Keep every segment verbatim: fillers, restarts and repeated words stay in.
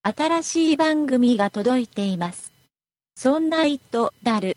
新しい番組が届いています。そんな糸だる。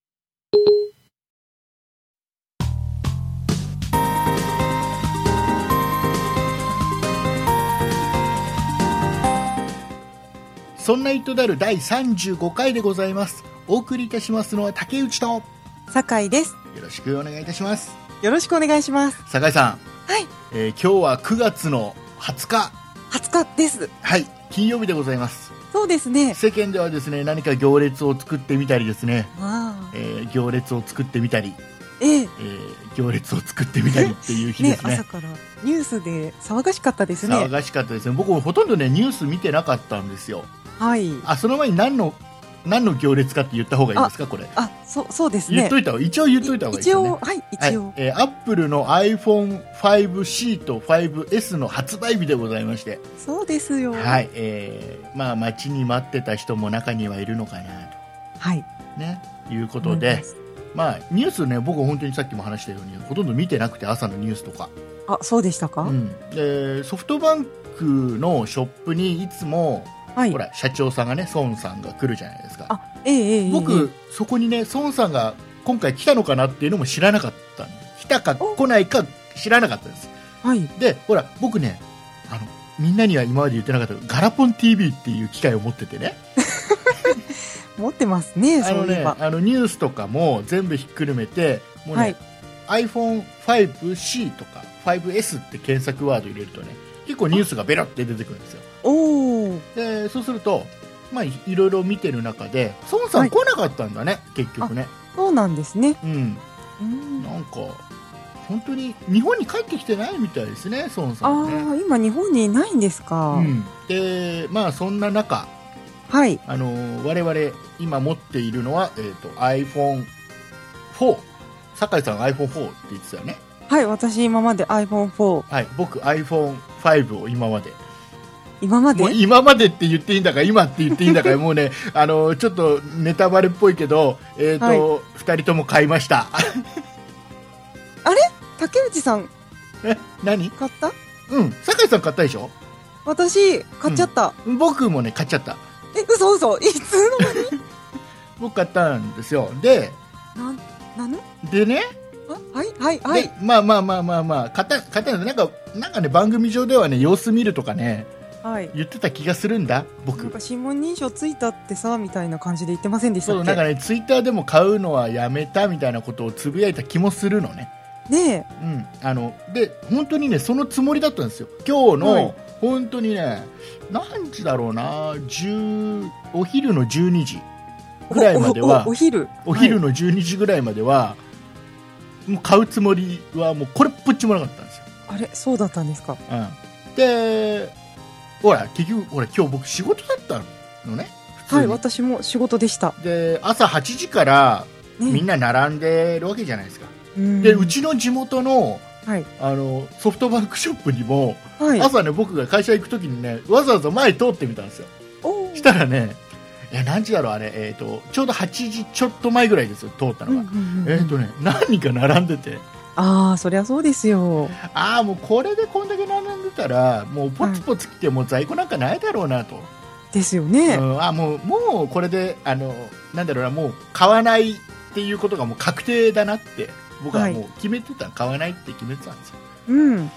そんな糸だるだいさんじゅうごかいでございます。お送りいたしますのは竹内と酒井です。 よろしくお願いいたします。 よろしくお願いします。 酒井さん、 はい、 えー、今日はくがつのはつかはつかです。 はい、金曜日でございます。 そうですね。 世間ではですね、何か行列を作ってみたりですね、 あ、 えー、行列を作ってみたり、 えーえー、行列を作ってみたりっていう日ですね。 ね、朝からニュースで騒がしかったですね。 騒がしかったですね。僕ほとんどねニュース見てなかったんですよ。 はい。 あ、その前に何の何の行列かって言った方がいいですか、これ。 あ、そそうですね。 言っといた一応言っといた方がいいですよね。 一応、はい、一応。 はい、えー、アップルの アイフォンファイブシー と ファイブエス の発売日でございまして。 そうですよ。 はい、えー、まあ待ちに待ってた人も中にはいるのかなと。 はい。 ね、いうことで、まあニュースね、僕本当にさっきも話したようにほとんど見てなくて、朝のニュースとか。 あ、そうでしたか。 うん。で、ソフトバンクのショップにいつも、はい、ほら社長さんがね、孫さんが来るじゃないですか。 あ、ええええ、 僕、ええ、そこにね、孫さんが今回来たのかなっていうのも知らなかったんで、来たか来ないか知らなかったです。 はい。 で、ほら僕ね、あのみんなには今まで言ってなかったガラポン ティーブイ っていう機械を持っててね。 持ってますね。 あのね、あのニュースとかも全部ひっくるめて、もうね、はい、アイフォンファイブシー とか ファイブエス って検索ワード入れるとね、結構ニュースがベロって出てくるんですよ。 おでそうすると、まあ、いろいろ見てる中で孫さん来なかったんだね、はい、結局ね。 そうなんですね。 うん、うんなんか本当に日本に帰ってきてないみたいですね、孫さんね。 ああ、今日本にいないんですか。 うん、でまあそんな中、 はい、 あの我々今持っているのは、えー、と アイフォンフォー。 酒井さん アイフォンフォー って言ってたよね。 はい、私今まで アイフォンフォー、 はい、僕 アイフォンファイブ を今まで今までもう今までって言っていいんだか今って言っていいんだかもうね、あのちょっとネタバレっぽいけど、えーとはい、ふたりとも買いました。 あれ、竹内さんえ、何買った？ うん、酒井さん買ったでしょ。 私買っちゃった、 うん、僕もね買っちゃった。 え、嘘嘘、いつの間に僕買ったんですよ。でな、なのでね、 はいはいはい、 まあまあまあまあまあ買った買ったんです。なんかなんかね、番組上ではね様子見るとかね、はい、言ってた気がするんだ。僕なんか指紋認証ついたってさみたいな感じで言ってませんでしたっけ。 そう、なんかねツイッターでも買うのはやめたみたいなことをつぶやいた気もするのね。 ねえ、うん、あので本当にねそのつもりだったんですよ。今日の、はい、本当にね何時だろうな、じゅうお昼のじゅうにじぐらいまではお, お, お昼お昼のじゅうにじぐらいまでは、はい、もう買うつもりはもうこれっぽっちもなかったんですよ。 あれ、そうだったんですか。 うん、でほら結局ほら今日僕仕事だったのね。 はい、私も仕事でした。 で朝はちじからみんな並んでるわけじゃないですか、ね、でうちの地元の、はい、あのソフトバンクショップにも、はい、朝ね僕が会社行く時にねわざわざ前通ってみたんですよ。したらね、え何時だろうあれ、えーと、ちょうどはちじちょっと前ぐらいですよ通ったのが、うんうんうん、えーとね何人か並んでて、 ああそりゃそうですよ。 ああもうこれでこんだけ並んでたらもうポツポツ来ても在庫なんかないだろうなと、 ですよね、 うん、あもうもうこれであのなんだろうな、もう買わないっていうことがもう確定だなって僕はもう決めてた、はい、買わないって決めてたんですよ、 うん、えー、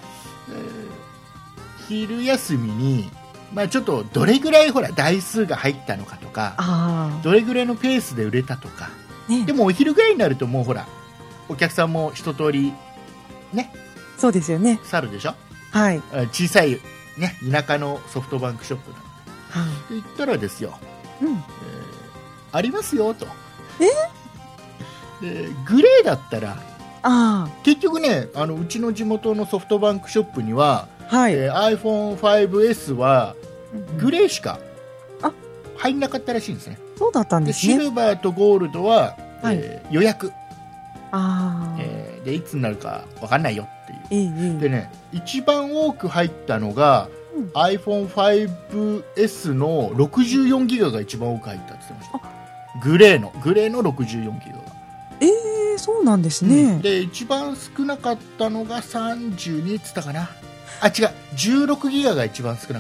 昼休みに、まあ、ちょっとどれぐらいほら台数が入ったのかとか、 あどれぐらいのペースで売れたとか、ね、でもお昼ぐらいになるともうほらお客さんも一通りね、 そうですよね、 去るでしょ、 はい、 小さい、ね、田舎のソフトバンクショップなんで、はい、で行ったらですよ、うん、えー、ありますよと、 えでグレーだったら、 あ結局ねあのうちの地元のソフトバンクショップには、はい、えー、アイフォンファイブエス はグレーしか入んなかったらしいんですね。 そうだったんですね。 でシルバーとゴールドは、 はい、 えー、予約、 あ、 えー、でいつになるか分かんないよっていう、 ええ、でね一番多く入ったのが、うん、アイフォンファイブエス のろくじゅうよんギガが一番多く入ったって言ってました。グレーのグレーのろくじゅうよんギガが、 えー、そうなんですね、うん、 で一番少なかったのがさんじゅうにって言ったかなあ、違うじゅうろくギガが一番少なかったんだ。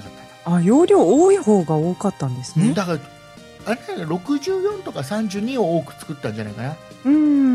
あ、容量多い方が多かったんですね。 だからあれろくじゅうよんとかさんじゅうにを多く作ったんじゃないかな。 うん。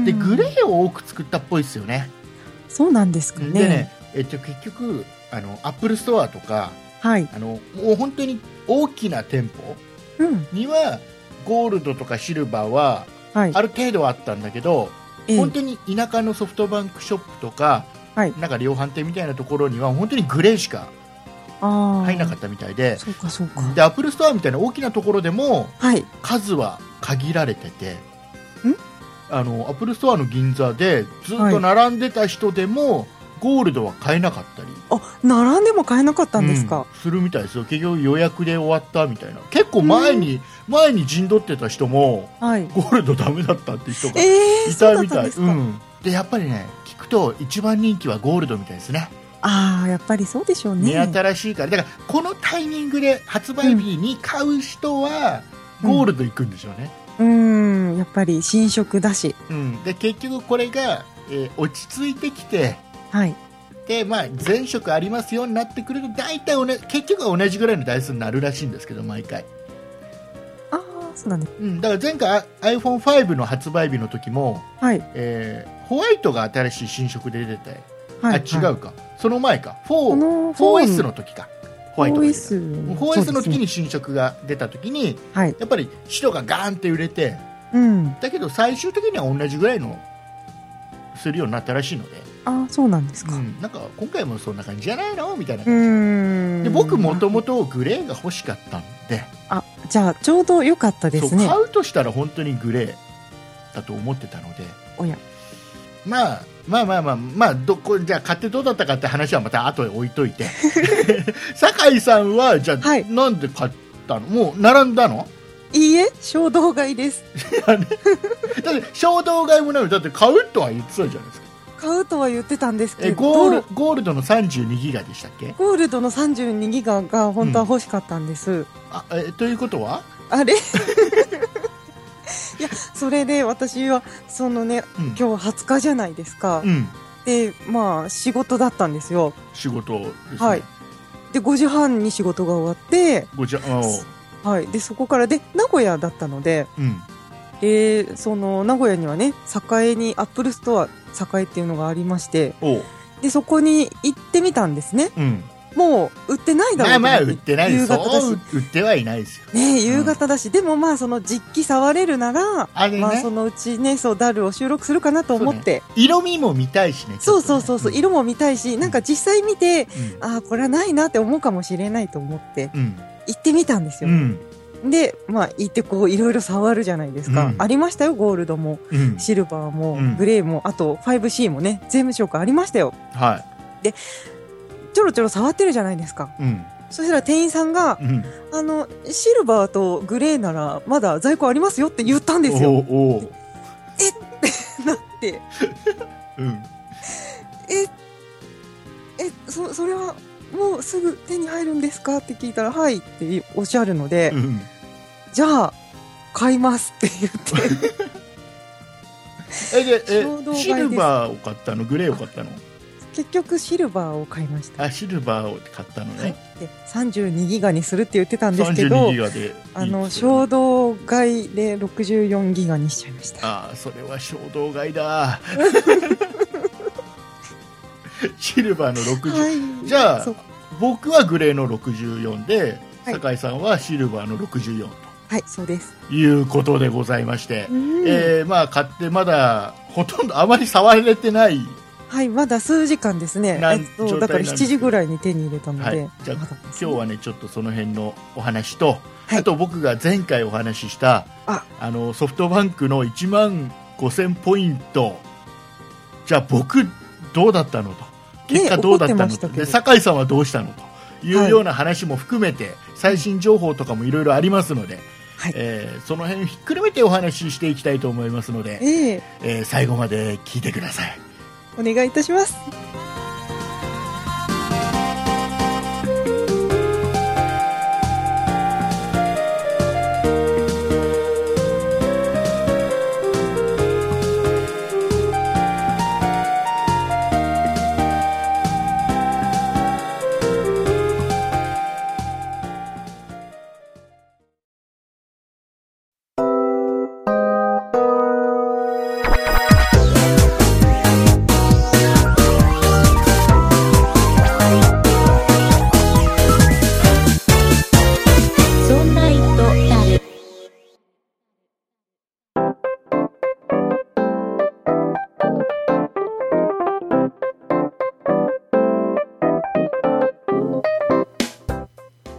でグレーを多く作ったっぽいですよね。 そうなんですかね。 でね、えっと、結局あのアップルストアとか、 はい、 あのもう本当に大きな店舗には、うん、ゴールドとかシルバーは、はい、ある程度はあったんだけど、えー、本当に田舎のソフトバンクショップとか、はい、なんか量販店みたいなところには本当にグレーしか入らなかったみたいで、 そうかそうか。 でアップルストアみたいな大きなところでも、 はい、 数は限られてて、あのアップルストアの銀座でずっと並んでた人でも、はい、ゴールドは買えなかったり、 あ、並んでも買えなかったんですか。 うん、するみたいですよ。結局予約で終わったみたいな。結構前に前に陣取ってた人も、はい、ゴールドダメだったっていう人がいたみたい、えー、うん、でやっぱりね聞くと一番人気はゴールドみたいですね。 ああ、やっぱりそうでしょうね。 目新しいから。だからこのタイミングで発売日に買う人はゴールド行くんでしょうね。 うん、うん、やっぱり新色だし、 うん、で結局これが、えー、落ち着いてきて、 はい、 でまあ、全色ありますようになってくると大体結局は同じぐらいの台数になるらしいんですけど、毎回。 ああ、そうなんです、 うん、だから前回 アイフォンファイブ の発売日の時も、 はい、 えー、ホワイトが新しい新色で出てて、はい、あ違うか、はい、その前か フォー, フォーエス の時か、ホワイトが出てた フォーエス の時に新色が出た時に、はい、やっぱり白がガーンって売れて、 うん、 だけど最終的には同じぐらいのするようになったらしいので。 あ、そうなんですか、 うん、なんか今回もそんな感じじゃないのみたいな感じで、僕もともとグレーが欲しかったんで、 あ、じゃあちょうど良かったですね。 そう買うとしたら本当にグレーだと思ってたので、 おや、 まあまあまあまあ、まあ、どこじゃあ買ってどうだったかって話はまた後で置いといて酒井さんはじゃあ、はい、なんで買ったの？もう並んだの？ いいえ、衝動買いです。 だって衝動買いもないのだって買うとは言ってたじゃないですか。 買うとは言ってたんですけど、 え ゴ, ールゴールドのさんじゅうにギガでしたっけ？ ゴールドのさんじゅうにギガが本当は欲しかったんです、うん、 あえということはあれいや、それで私はそのね、うん、今日はつかじゃないですか、うん、でまあ仕事だったんですよ。 仕事ですね、 はい、でごじはんに仕事が終わってごじ、 はい、でそこからで名古屋だったので、うん、でその名古屋にはね、栄にアップルストア栄っていうのがありまして、でそこに行ってみたんですね、うん、もう売ってないだろうと思って。 まあまあ売ってないです。そう売ってはいないですよね、夕方だし、うん、でもまあその実機触れるなら、あれね、まあ、そのうちね、そうダルを収録するかなと思って、 ね、色味も見たいしね。 そうそうそうそう、うん、色も見たいし、なんか実際見て、うん、ああこれはないなって思うかもしれないと思って、うん、行ってみたんですよ、うん、でまあ行ってこういろいろ触るじゃないですか、うん、ありましたよ、ゴールドも、うん、シルバーも、うん、グレーも、あと ファイブシー もね、税務署がありましたよ。 はい。 でちょろちょろ触ってるじゃないですか、うん、そしたら店員さんが、うん、あのシルバーとグレーならまだ在庫ありますよって言ったんですよ。 おおえってなって、うん、ええ そ, それはもうすぐ手に入るんですかって聞いたら、はいっておっしゃるので、うん、じゃあ買いますって言ってえでえシルバーを買ったの？グレーを買ったの？ 結局シルバーを買いました。 あ、シルバーを買ったのね、はい、 でさんじゅうにギガにするって言ってたんですけど、さんじゅうにギガでいい、あの衝動買いでろくじゅうよんギガにしちゃいました。 あ、それは衝動買いだシルバーのろくじゅう、はい、じゃあ僕はグレーのろくじゅうよんで、はい、酒井さんはシルバーのろくじゅうよんと、 はい、そうです、 いうことでございまして、えー、まあ買ってまだほとんどあまり触れてない、 はい、まだ数時間ですね。えっと、だからしちじぐらいに手に入れたので、はい、 じゃあ、まだ今日はねちょっとその辺のお話と、はい、あと僕が前回お話ししたああのソフトバンクのいちまんごせんポイント、じゃあ僕どうだったのと、結果どうだったのと、ね、で酒井さんはどうしたのというような話も含めて、はい、最新情報とかもいろいろありますので、はい、えー、その辺ひっくるめてお話ししていきたいと思いますので、えーえー、最後まで聞いてください。 お願いいたします。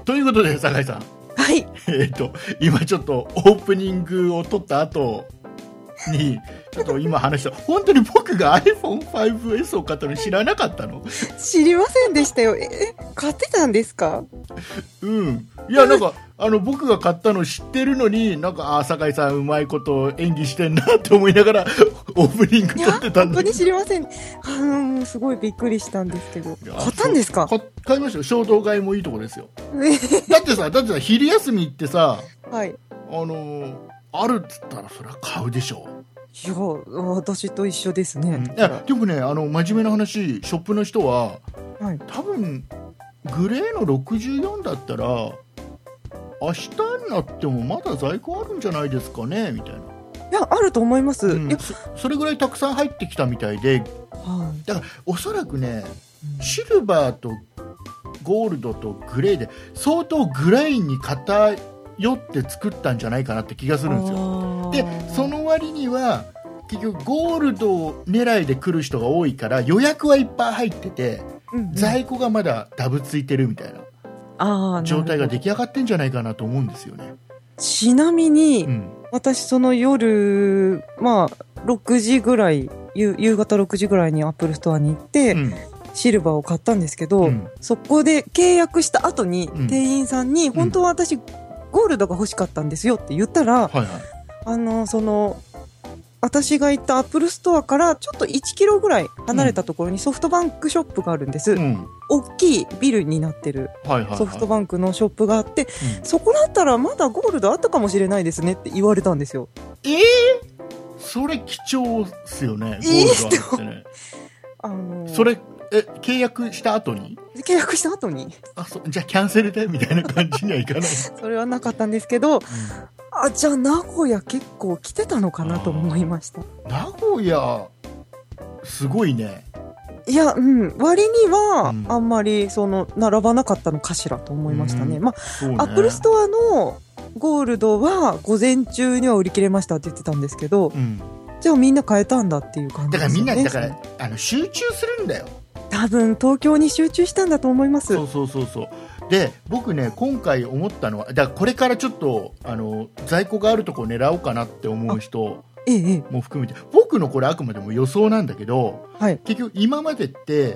ということで酒井さん、 はい、 えっと今ちょっとオープニングを撮った後にちょっと今話した本当に僕が アイフォンファイブエス を買ったの知らなかったの？ 知りませんでしたよ。え、買ってたんですか？ うん。いや、なんかあの僕が買ったの知ってるのに、なんかあ酒井さんうまいこと演技してんなって思いながらオープニング撮ってたんで。 本当に知りません。あもうすごいびっくりしたんですけど。買ったんですか？ 買いましたよ。衝動買いもいいとこですよ。だってさ、だってさ昼休みってさ、はい、あのー、あるっつったらそれは買うでしょ。 いや私と一緒ですね。 うん、いやでもね、あの真面目な話、ショップの人は、はい、多分グレーのろくじゅうよんだったら明日になってもまだ在庫あるんじゃないですかねみたいな。いやあると思います、うん、いやそ, それぐらいたくさん入ってきたみたいで、はい、だからおそらくね、うん、シルバーとゴールドとグレーで相当グレーに偏って作ったんじゃないかなって気がするんですよ。でその割には結局ゴールド狙いで来る人が多いから予約はいっぱい入ってて、うんうん、在庫がまだダブついてるみたいなあ状態が出来上がってんじゃないかなと思うんですよね。 ちなみに、うん、私その夜、まあ、ろくじぐらい 夕, 夕方ろくじぐらいにアップルストアに行って、うん、シルバーを買ったんですけど、うん、そこで契約した後に、うん、店員さんに、本当は私ゴールドが欲しかったんですよって言ったら、はいはい、あのその私が行ったアップルストアからちょっといちキロぐらい離れたところにソフトバンクショップがあるんです、うん、大きいビルになってるソフトバンクのショップがあって、はいはいはい、そこだったらまだゴールドあったかもしれないですねって言われたんですよ。 えー、それ貴重っすよね、ゴールドあってね、あのー、それえ契約した後に契約した後にあそじゃあキャンセルでみたいな感じにはいかないそれはなかったんですけど、うん、あじゃあ名古屋結構来てたのかなと思いました。 名古屋すごいね。 いや、うん、割にはあんまりその並ばなかったのかしらと思いましたね、うん、まあ、ね、アップルストアのゴールドは午前中には売り切れましたって言ってたんですけど、うん、じゃあみんな買えたんだっていう感じですよね。 だからみんなだからあの集中するんだよ。 多分東京に集中したんだと思います。 そうそうそうそう。で僕ね今回思ったのはだからこれからちょっとあの在庫があるところを狙おうかなって思う人も含めて、ええ、僕のこれあくまでも予想なんだけど、はい、結局今までって、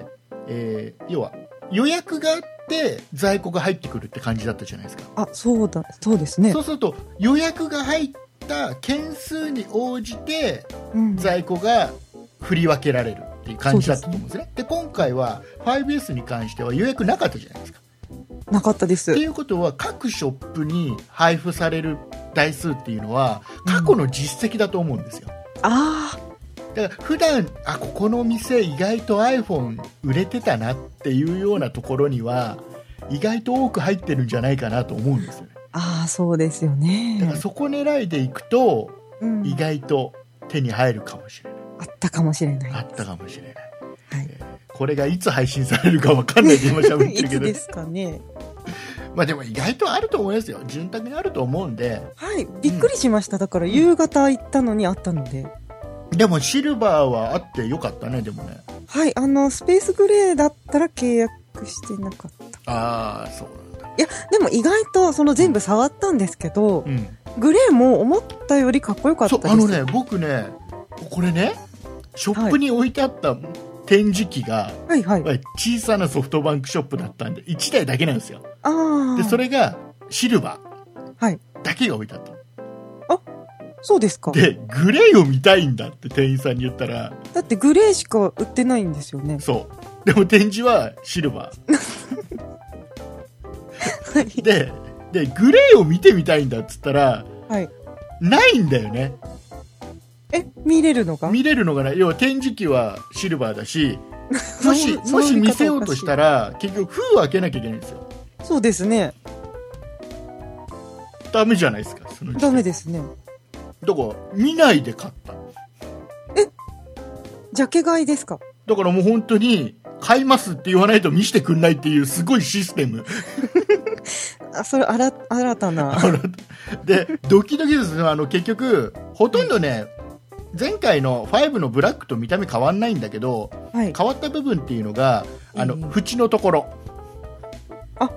えー、要は予約があって在庫が入ってくるって感じだったじゃないですか。 あそうだそうですね。 そうすると予約が入った件数に応じて在庫が振り分けられるっていう感じだったと思うんですね。で今回は ファイブエス に関しては予約なかったじゃないですか。 なかったです。 っていうことは各ショップに配布される台数っていうのは過去の実績だと思うんですよ、うん、ああだから普段あここのお店意外と iPhone 売れてたなっていうようなところには意外と多く入ってるんじゃないかなと思うんですよね。 ああそうですよね。 だからそこ狙いでいくと、うん、意外と手に入るかもしれない。 あったかもしれない。 あったかもしれない、はいえー、これがいつ配信されるか分かんないで今喋ってるけどいつですかね。 まあでも意外とあると思いますよ。潤沢にあると思うんで。 はいびっくりしました、うん、だから夕方行ったのにあったので。 でもシルバーはあってよかったね。でもねはいあのスペースグレーだったら契約してなかった。 ああそうなんだ。 いやでも意外とその全部触ったんですけど、うん、グレーも思ったよりかっこよかったです。 あのね僕ねこれねショップに置いてあった展示機が、はいはい、小さなソフトバンクショップだったんでいちだいだけなんですよ。あでそれがシルバーだけが置いてあった、はい、 あそうですか。 でグレーを見たいんだって店員さんに言ったらだってグレーしか売ってないんですよね。 そうでも展示はシルバー、はい、で, でグレーを見てみたいんだっつったら、はい、ないんだよね。 え見れるのが見れるのがない。要は展示機はシルバーだしもしもし見せようとしたら結局封を開けなきゃいけないんですよ。 そうですね。 ダメじゃないですか。そのダメですね。 だから見ないで買った。 えジャケ買いですか。 だからもう本当に買いますって言わないと見せてくんないっていうすごいシステムあそれ新たなでドキドキですね。あの結局ほとんどね、うん、前回のファイブのブラックと見た目変わんないんだけど、はい、変わった部分っていうのがあの、えー、縁のところ。 あ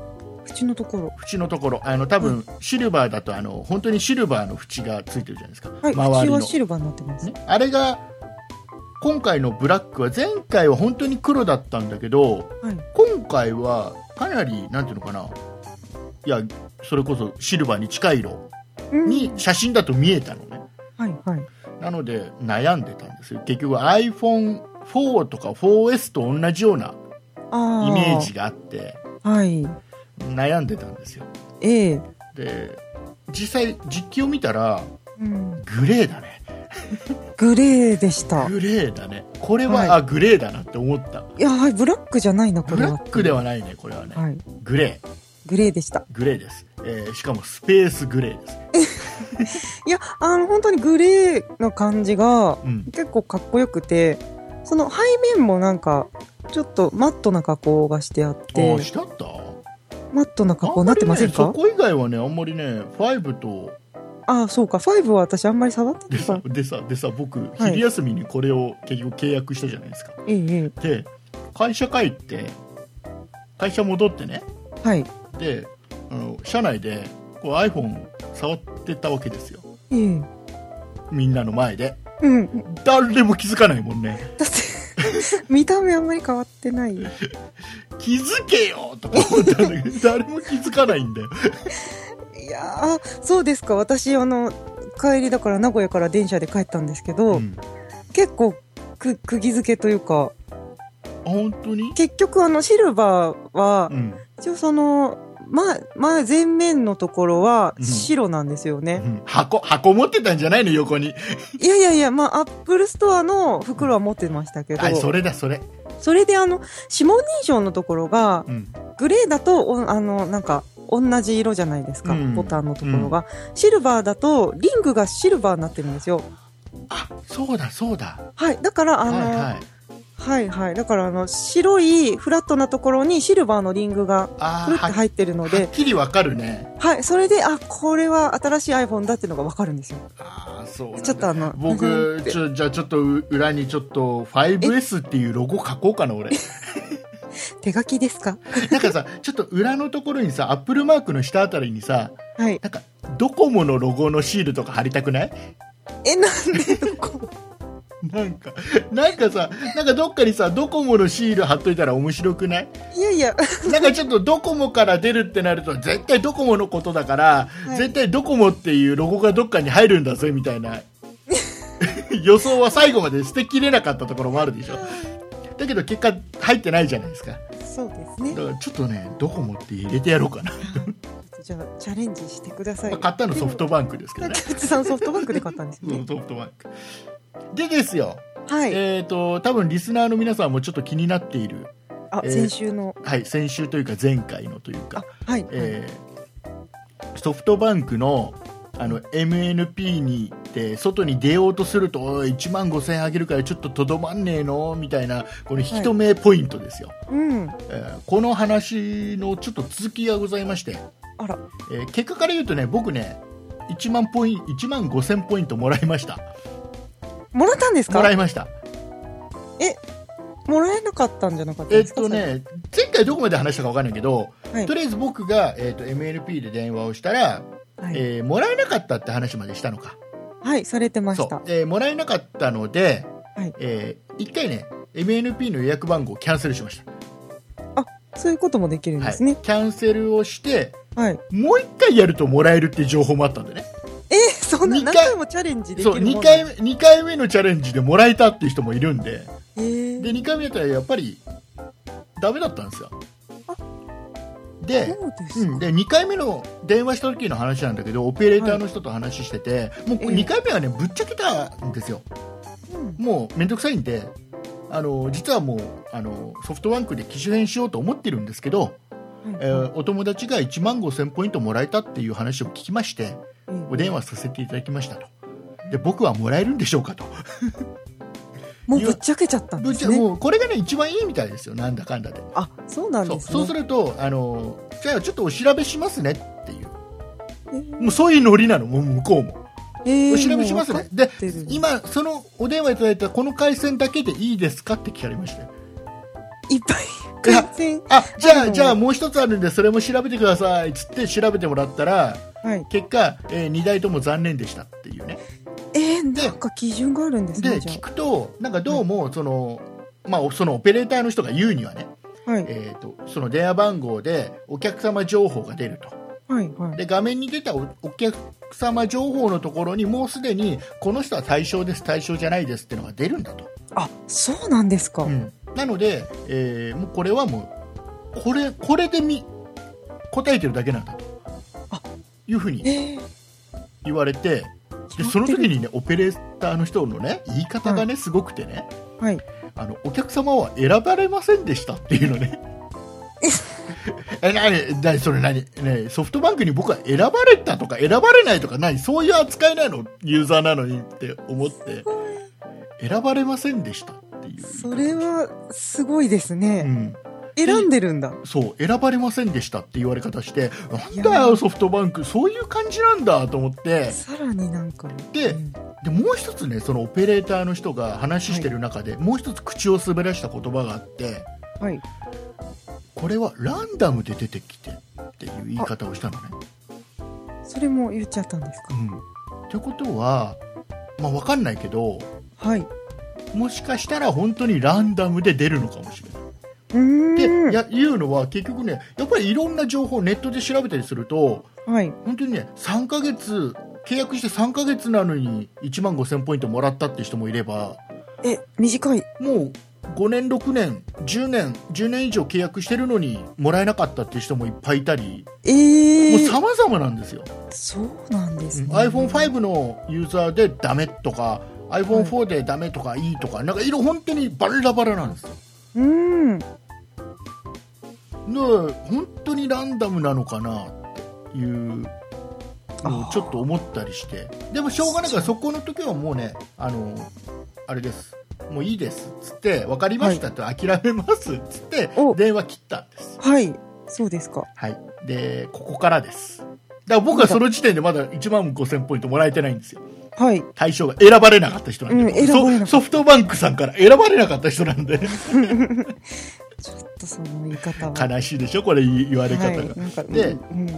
縁のところ縁のところあの多分、うん、シルバーだとあの本当にシルバーの縁がついてるじゃないですか、 はい、周りの縁はシルバーになってます、ね、 あれが今回のブラックは前回は本当に黒だったんだけど、はい、今回はかなりなんていうのかないやそれこそシルバーに近い色に写真だと見えたのね、 はいはい、なので悩んでたんですよ。結局 アイフォンフォー とか フォーエス と同じようなイメージがあって、 はい、 悩んでたんですよ、 ええ、 で実際実機を見たら、うん、グレーだねグレーでした。 グレーだねこれは、はい、あグレーだなって思った。 いや、はい、ブラックじゃないなこれは。 ブラックではないねこれはね、はい、グレーグレーでした。 グレーです、えー、しかもスペースグレーですいやあの本当にグレーの感じが結構かっこよくて、うん、その背面もなんかちょっとマットな加工がしてあって。 あしてあった。 マットな加工になってませんか。 そこ以外はねあんまりねファイブとああそうかファイブは私あんまり触ってでさでさでさ僕昼休みにこれを結局契約したじゃないですか、 はい、で会社帰って会社戻ってね、 はい、 であの社内でこう iPhone 触ってたわけですよ、 ええ、 みんなの前で、 うん、 誰も気づかないもんね。 だって見た目あんまり変わってない気づけよとか思ったんだけど誰も気づかないんだよいやーそうですか。私あの帰りだから名古屋から電車で帰ったんですけど、うん、結構く釘付けというか本当に結局あのシルバーは、うん、一応そのまあ、まあ前面のところは白なんですよね、 うんうん、箱箱持ってたんじゃないの横にいやいやいや、まあアップルストアの袋は持ってましたけど、 あそれだそれそれであの指紋認証のところが、うん、グレーだとあのなんか同じ色じゃないですか、うん、ボタンのところが、うん、シルバーだとリングがシルバーになってるんですよ。 あそうだそうだはいだからあの、はいはいはいはい、だからあの白いフラットなところにシルバーのリングがくるって入ってるのでは, はっきりわかるね。 はいそれであこれは新しい iPhone だっていうのがわかるんですよ。 あそうなんだ。 ちょっとあの僕ちょじゃあちょっと裏にちょっと ファイブエス っていうロゴ書こうかな俺手書きですかなんかさちょっと裏のところにさアップルマークの下あたりにさ、 はい、 なんかドコモのロゴのシールとか貼りたくない？ えなんでドコモなんか、なんかさ、なんかどっかにさ、ドコモのシール貼っといたら面白くない？ いやいや。 なんかちょっとドコモから出るってなると、絶対ドコモのことだから、はい、絶対ドコモっていうロゴがどっかに入るんだぜ、みたいな。予想は最後まで捨てきれなかったところもあるでしょ。だけど結果入ってないじゃないですか。 そうですね。 だからちょっとね、ドコモって入れてやろうかな。 じゃあチャレンジしてください。 まあ、買ったのソフトバンクですけどね。 キャッツさんソフトバンクで買ったんですね。 ソフトバンク。でですよ、 はい、 えーと多分リスナーの皆さんもちょっと気になっているあ、えー、先週のはい先週というか前回のというか、 はいえー、ソフトバンクのあの エムエヌピー にで外に出ようとするといちまんごせんえんあげるからちょっととどまんねえのみたいなこの引き止めポイントですよ、 はいうんえー、この話のちょっと続きがございまして、 あら、 えー、結果から言うとね僕ねいちまんポイントいちまんごせんポイントもらいました。 もらったんですか？ もらいました。 え、もらえなかったんじゃなかったですか？ えっとね、前回どこまで話したか分かんないけど、 はい、 とりあえず僕が、えー、と エムエヌピー で電話をしたら、はいえー、もらえなかったって話までしたのか。 はい、されてました。 そう、えー、もらえなかったので、 はいえー、一回ね エムエヌピー の予約番号をキャンセルしました。 あ、そういうこともできるんですね。 はい、キャンセルをして、 はい、 もう一回やるともらえるっていう情報もあったんでね。 えー、そんな何回もチャレンジできるもんそう 2, 回目にかいめのチャレンジでもらえたっていう人もいるんで、 えー、 でにかいめだったらやっぱりダメだったんですよ。 あでそうですか、 うん、でにかいめの電話した時の話なんだけどオペレーターの人と話してて、はい、もうにかいめはねぶっちゃけたんですよ、 うん、 もうめんどくさいんであの実はもうあのソフトバンクで機種変しようと思ってるんですけど、うんえー、お友達がいちまんごせんポイントもらえたっていう話を聞きまして、うん、お電話させていただきましたと。で僕はもらえるんでしょうかともうぶっちゃけちゃったんですね。 もうこれがね一番いいみたいですよなんだかんだで。 あ、そうなんですね。 そう、そうするとあのじゃあちょっとお調べしますねっていう、えー、もうそういうノリなのもう向こうも、 えー、 お調べしますねで今そのお電話いただいたこの回線だけでいいですかって聞かれましたよ。 いっぱい感染あじゃあじゃあもう一つあるんでそれも調べてくださいっつって調べてもらったら、はい、結果、えー、にだいとも残念でしたっていうね。 えー、なんか基準があるんですね。 で聞くとなんかどうもその、まあ、そのオペレーターの人が言うにはね、はい、えー、とその電話番号でお客様情報が出ると、はいはい、で画面に出た お, お客様情報のところにもうすでにこの人は対象です対象じゃないですっていうのが出るんだと。 あ、そうなんですか。うん、 なので、えー、もうこれはもうこれこれでみ答えてるだけなんだというふうに言われて、でその時にねオペレーターの人のね言い方がね、はい、すごくてね、はい、あのお客様は選ばれませんでしたっていうのねえ何何それ何、ね、ソフトバンクに僕は選ばれたとか選ばれないとか何そういう扱いなのユーザーなのにって思って選ばれませんでしたっていう。 それはすごいですね、うん、選んでるんだ。 そう選ばれませんでしたって言われ方してなんだよソフトバンクそういう感じなんだと思って。 さらになんかで、うん、でもう一つねそのオペレーターの人が話してる中で、はい、もう一つ口を滑らした言葉があって、はい、これはランダムで出てきてっていう言い方をしたのね。 それも言っちゃったんですか。 うん、ってことはまあ分かんないけど、はい、もしかしたら本当にランダムで出るのかもしれない。うーんでやいうのは結局ねやっぱりいろんな情報をネットで調べたりすると、はい、本当にねさんかげつ契約してさんかげつなのにいちまんごせんポイントもらったって人もいれば、 え短いもうごねんろくねんじゅうねんじゅうねん以上契約してるのにもらえなかったっていう人もいっぱいいたり、えー、もう様々なんですよ。 そうなんですね。 アイフォンファイブ のユーザーでダメとか アイフォンフォー でダメとかいいとか、はい、なんか色本当にバラバラなんですよ。うん。で本当にランダムなのかなっていうのをちょっと思ったりして、でもしょうがないからそこの時はもうねあのあれですもういいですっつって分かりましたと、はい、諦めますっつって電話切ったんです。 はい、そうですか。 はい、でここからです。だから僕はその時点でまだいちまんごせんポイントもらえてないんですよ。はい、対象が選ばれなかった人なんで、うん、選ばれなかったソフトバンクさんから選ばれなかった人なんでちょっとその言い方は悲しいでしょこれ言われ方が、はい、なんかで、うんうん、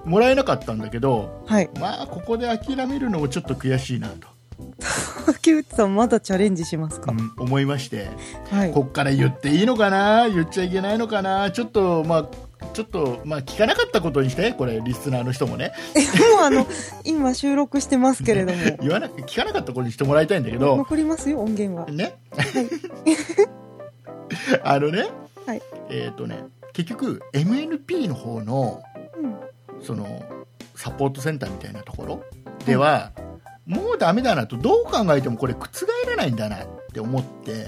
もらえなかったんだけど、はい、まあここで諦めるのもちょっと悔しいなと竹内さんまだチャレンジしますか。うん、 思いまして、はい、こっから言っていいのかな言っちゃいけないのかなちょっとまあちょっとまあ聞かなかったことにしてこれリスナーの人もねもうあの今収録してますけれども言わな聞かなかったことにしてもらいたいんだけど残りますよ音源はね、はい、 あのね、はい、えっ、ー、とね結局 エムエヌピー の方の、うん、そのサポートセンターみたいなところでは、うん、もうダメだなとどう考えてもこれ覆らないんだなって思って、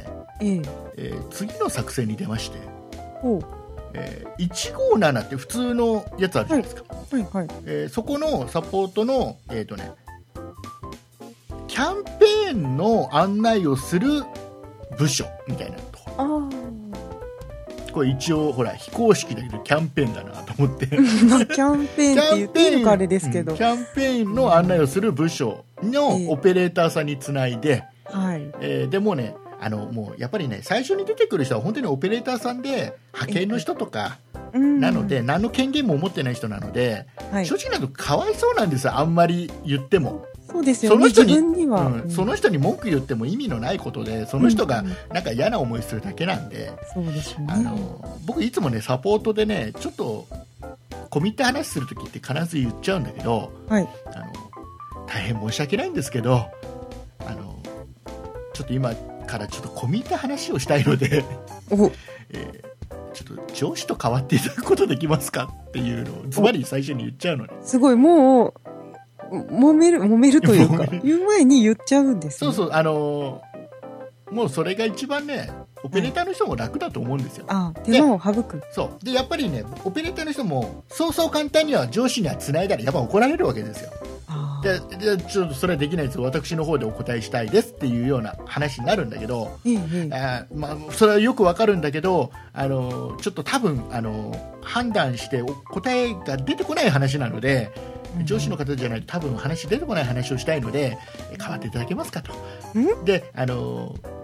ええー、次の作戦に出まして、おえー、いちごーななって普通のやつあるじゃないですか、はいはいはいえー、そこのサポートの、えーとね、キャンペーンの案内をする部署みたいなところ。あこれ一応ほら非公式だけどキャンペーンだなと思ってキャンペーンって言ってるかあれですけどキャンペーンの案内をする部署のオペレーターさんにつないで、えーはいえー、でもねあのもうやっぱりね最初に出てくる人は本当にオペレーターさんで派遣の人とかなので何の権限も持ってない人なので、はい、正直なとかわいそうなんですよあんまり言っても。 そうですよね、その人に、自分には、 うん、その人に文句言っても意味のないことでその人がなんか嫌な思いするだけなんで、 そうですね、 あの僕いつもねサポートでねちょっと込み入った話するときって必ず言っちゃうんだけど、はい、あの大変申し訳ないんですけどあのちょっと今からちょっと込み入った話をしたいので、えー、ちょっと上司と代わっていただくことできますかっていうのをズバリ最初に言っちゃうのね。 すごいもう揉める揉めるというか言う前に言っちゃうんですよ、ね、 そうそうあのー、もうそれが一番ねオペレーターの人も楽だと思うんですよ、 はい、あ手間を省く。 そうでやっぱりねオペレーターの人もそうそう簡単には上司には繋いだらやっぱ怒られるわけですよ。ででちょっとそれはできないです私の方でお答えしたいですっていうような話になるんだけど、うんうんあまあ、それはよくわかるんだけどあのちょっと多分あの判断して答えが出てこない話なので上司の方じゃないと多分話出てこない話をしたいので代わっていただけますかと。であの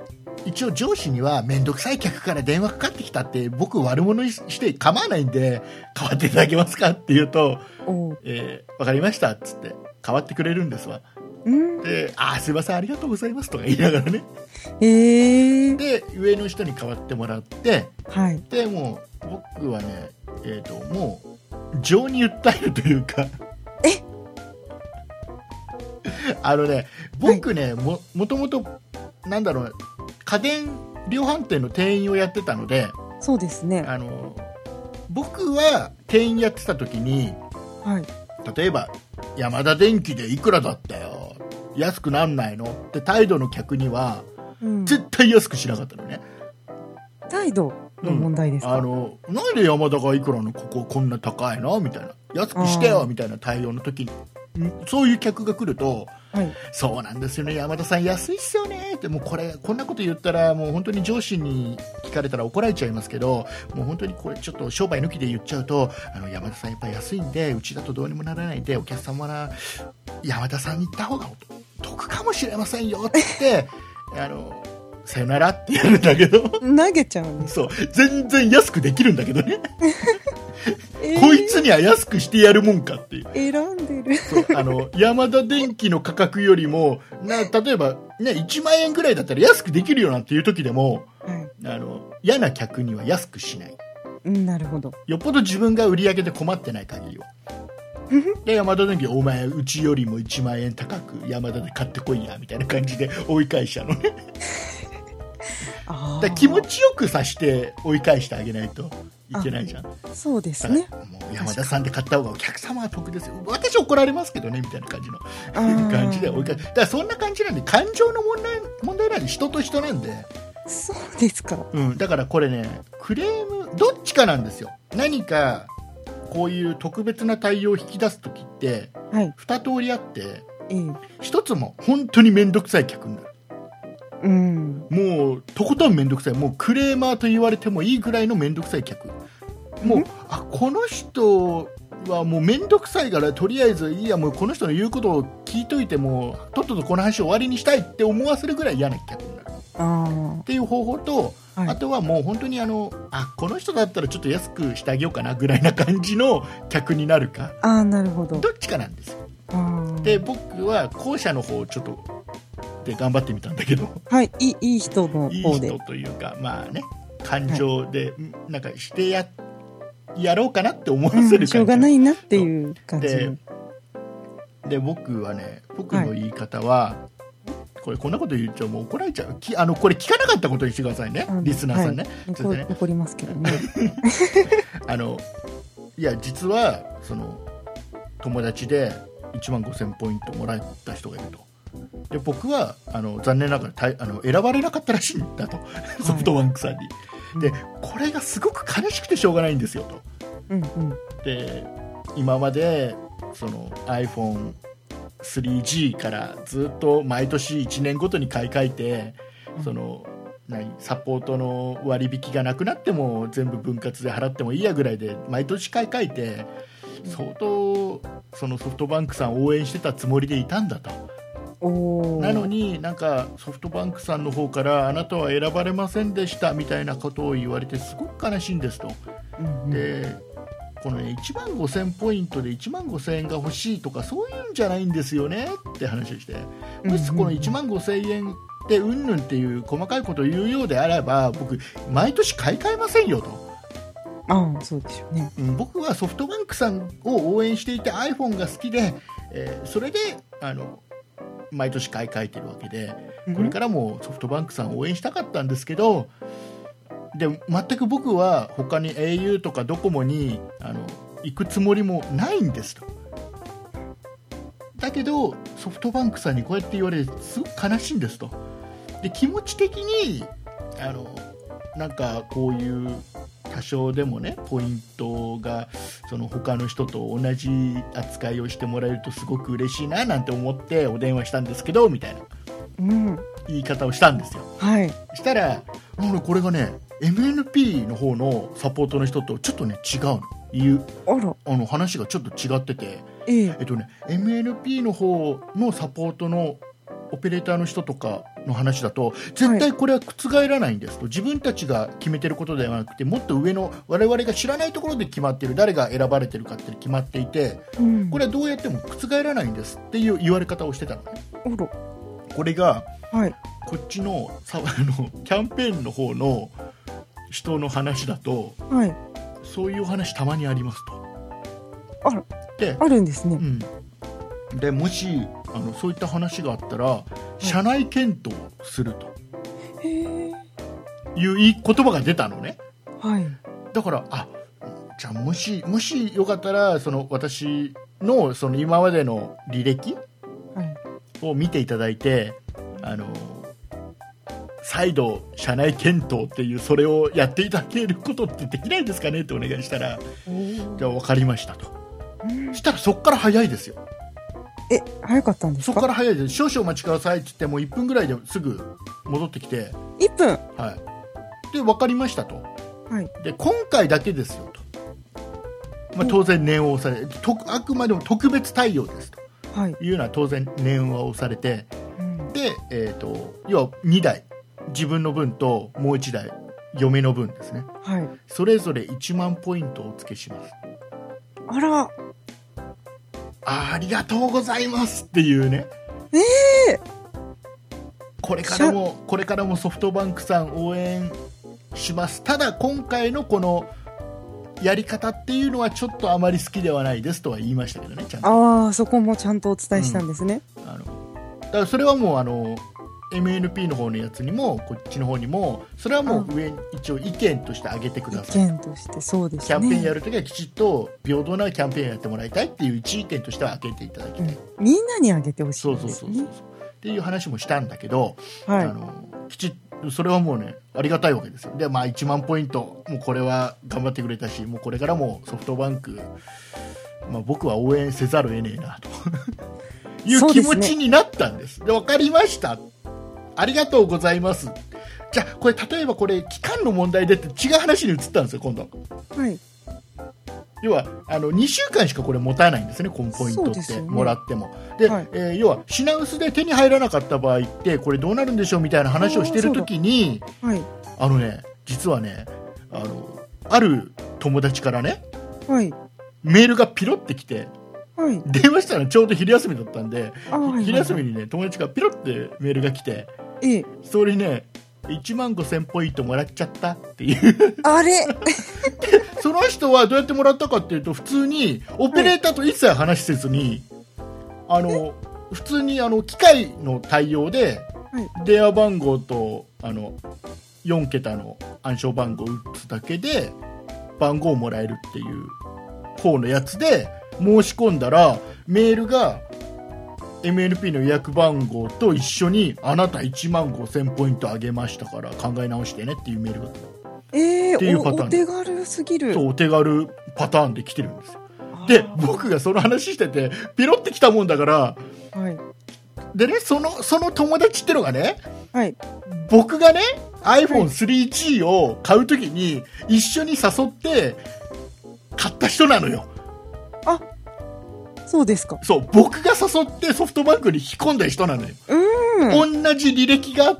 一応上司には面倒くさい客から電話かかってきたって僕悪者にして構わないんで代わっていただけますかって言うと、えー、分かりましたっつって代わってくれるんですわ。で、あ、すいませんありがとうございますとか言いながらね、 えー、 で上の人に代わってもらって、 はい、 でもう僕はね、えーと、もう情に訴えるというかえあのね僕ね、はい、も, もともとなんだろう家電量販店の店員をやってたので、 そうですね、 あの僕は店員やってた時に、 はい、 例えばヤマダ電機でいくらだったよ安くなんないのって態度の客には、うん、絶対安くしなかったのね。 態度の問題ですか、 うん、あのなんでヤマダがいくらのこここんな高いのみたいな、安くしてよみたいな対応の時にそういう客が来ると、はい、そうなんですよね山田さん安いっすよねって、もうこれこんなこと言ったらもう本当に上司に聞かれたら怒られちゃいますけど、もう本当にこれちょっと商売抜きで言っちゃうと、あの山田さんやっぱり安いんでうちだとどうにもならないんでお客様は山田さんに行った方が得かもしれませんよって言ってあのさよならってやるんだけど投げちゃうんです。 そう全然安くできるんだけどねえー、こいつには安くしてやるもんかっていう選んでるそうあのヤマダ電機の価格よりもな例えば、ね、いちまんえんぐらいだったら安くできるよなんていう時でも、はい、あの嫌な客には安くしない、 うん、なるほど。 よっぽど自分が売り上げで困ってない限りはでヤマダ電機お前うちよりもいちまんえん高くヤマダで買ってこいやみたいな感じで追い返したのねだ気持ちよくさして追い返してあげないといけないじゃん。 そうですね。 もう山田さんで買った方がお客様は得ですよ。私怒られますけどねみたいな感じの感じで追い返す。だからそんな感じなんで感情の問題問題なんで人と人なんで。 そうですか。 うん。だからこれねクレームどっちかなんですよ。何かこういう特別な対応を引き出すときって、はい、に通りあって、うん、一つも本当に面倒くさい客になる。うん、もうとことんめんどくさい、もうクレーマーと言われてもいいぐらいのめんどくさい客、もう、うん、あこの人はもうめんどくさいからとりあえずいいやもうこの人の言うことを聞いといてもとっととこの話を終わりにしたいって思わせるぐらい嫌な客になるあっていう方法と、はい、あとはもう本当にあのあこの人だったらちょっと安くしてあげようかなぐらいな感じの客になるか、 あなるほど、 どっちかなんですよ。で僕は後者の方をちょっとで頑張ってみたんだけど、 はい、いい、いい人の方で、いい人というかまあね感情で、はい、なんかしてややろうかなって思わせる感じ、うん、 しょうがないなっていう感じで、で僕はね僕の言い方は、はい、これこんなこと言っちゃうもう怒られちゃうきあのこれ聞かなかったことにしてくださいね、リスナーさんね、 はい、ね残りますけどねあのいや実はその友達でいちまんごせんポイントもらった人がいると。で僕はあの残念ながらたあの選ばれなかったらしいんだと、はい、ソフトバンクさんに、でこれがすごく悲しくてしょうがないんですよと、うんうん、で今までその アイフォンスリージー からずっと毎年いちねんごとに買い替えて、うん、その何サポートの割引がなくなっても全部分割で払ってもいいやぐらいで毎年買い替えて相当そのソフトバンクさんを応援してたつもりでいたんだと。なのになんかソフトバンクさんの方からあなたは選ばれませんでしたみたいなことを言われてすごく悲しいんですと、うんうん、でこの、ね、いちまんごせんポイントでいちまんごせんえんが欲しいとかそういうんじゃないんですよねって話をして、もしこのいちまんごせんえんでうんぬんっていう細かいことを言うようであれば僕毎年買い替えませんよと。 ああそうでしょうね、 うん、僕はソフトバンクさんを応援していて アイフォン が好きで、えー、それであの毎年買い替えてるわけで、これからもソフトバンクさんを応援したかったんですけど、で全く僕は他に エーユー とかドコモにあの行くつもりもないんですと。だけどソフトバンクさんにこうやって言われてすごく悲しいんですと。で気持ち的にあのなんかこういう多少でもねポイントがその他の人と同じ扱いをしてもらえるとすごく嬉しいななんて思ってお電話したんですけどみたいな、うん、言い方をしたんですよ、はい、したらもうこれがね エムエヌピー の方のサポートの人とちょっとね違うのいうあらあの話がちょっと違ってて、えええっとね、エムエヌピー の方のサポートのオペレーターの人とかの話だと絶対これは覆らないんですと、はい、自分たちが決めてることではなくてもっと上の我々が知らないところで決まっている、誰が選ばれてるかって決まっていて、うん、これはどうやっても覆らないんですっていう言われ方をしてたのね。これが、はい、こっちのさあのキャンペーンの方の人の話だと、はい、そういう話たまにありますと。 あら、であるんですね、 うん、でもしあのそういった話があったら、はい、社内検討するという言葉が出たのね、はい、だからあじゃあもしもしよかったらその私 の, その今までの履歴を見ていただいて、あの再度社内検討っていうそれをやっていただけることってできないですかねってお願いしたら、じゃあ分かりましたと。そしたらそっから早いですよ。 え、早かったんですか？ そっから早いです。少々お待ちくださいって言ってもいっぷんぐらいですぐ戻ってきて、 いっぷん、 はい、で分かりましたと、はい、で今回だけですよと、まあ、当然念を押され、とあくまでも特別対応ですと、はい、いうのは当然念は押されて、うん、で、えーと、要はにだい自分の分ともういちだい嫁の分ですね、はい、それぞれいちまんポイントをお付けします。 あら、 あ, ありがとうございますっていうね、 えー、 これからもこれからもソフトバンクさん応援します。ただ今回のこのやり方っていうのはちょっとあまり好きではないですとは言いましたけどね、ちゃんと。 ああ、そこもちゃんとお伝えしたんですね、 うん、あのだからそれはもうあの エムエヌピー の方のやつにもこっちの方にもそれはもう上に一応意見として上げてください。 意見としてそうですね。 キャンペーンやるときはきちっと平等なキャンペーンやってもらいたいっていう一意見としては上げていただきたい、 うん、みんなに上げてほしいですね。 そうそうそうそうっていう話もしたんだけど、はい、あのきちっとそれはもうねありがたいわけですよ。で、まあ、いちまんポイントもうこれは頑張ってくれたし、もうこれからもソフトバンク、まあ、僕は応援せざるを得ねえなという気持ちになったんです。で、分かりました、ありがとうございます。じゃあこれ例えばこれ期間の問題でって違う話に移ったんですよ今度。はい。要はあのにしゅうかんしかこれ持たないんですね、このポイントってもらっても。で、はい、えー、要は品薄で手に入らなかった場合ってこれどうなるんでしょうみたいな話をしてるときに、はい、あのね実はねあのある友達からね、はい、メールがピロってきて。はい、電話したらちょうど昼休みだったんで、はい、昼休みにね友達がピロってメールが来て、ええ、それにねいちまんごせんポイントもらっちゃったっていうあれその人はどうやってもらったかっていうと普通にオペレーターと一切話せずに、はい、あの普通にあの機械の対応で、はい、電話番号とあのよんけたの暗証番号を打つだけで番号をもらえるっていう方のやつで申し込んだらメールが エムエヌピー の予約番号と一緒にあなたいちまんごせんポイントあげましたから考え直してねっていうメールが、 えー、っていうパターン。お手軽すぎる。 そう、お手軽パターンで来てるんですよ。で僕がその話しててピロってきたもんだから、はい、でねそのその友達ってのがね、はい、僕がね アイフォンスリージー を買うときに一緒に誘って買った人なのよ。 あ、そうですか。 そう、僕が誘ってソフトバンクに引き込んだ人なのよ。うん。同じ履歴があって、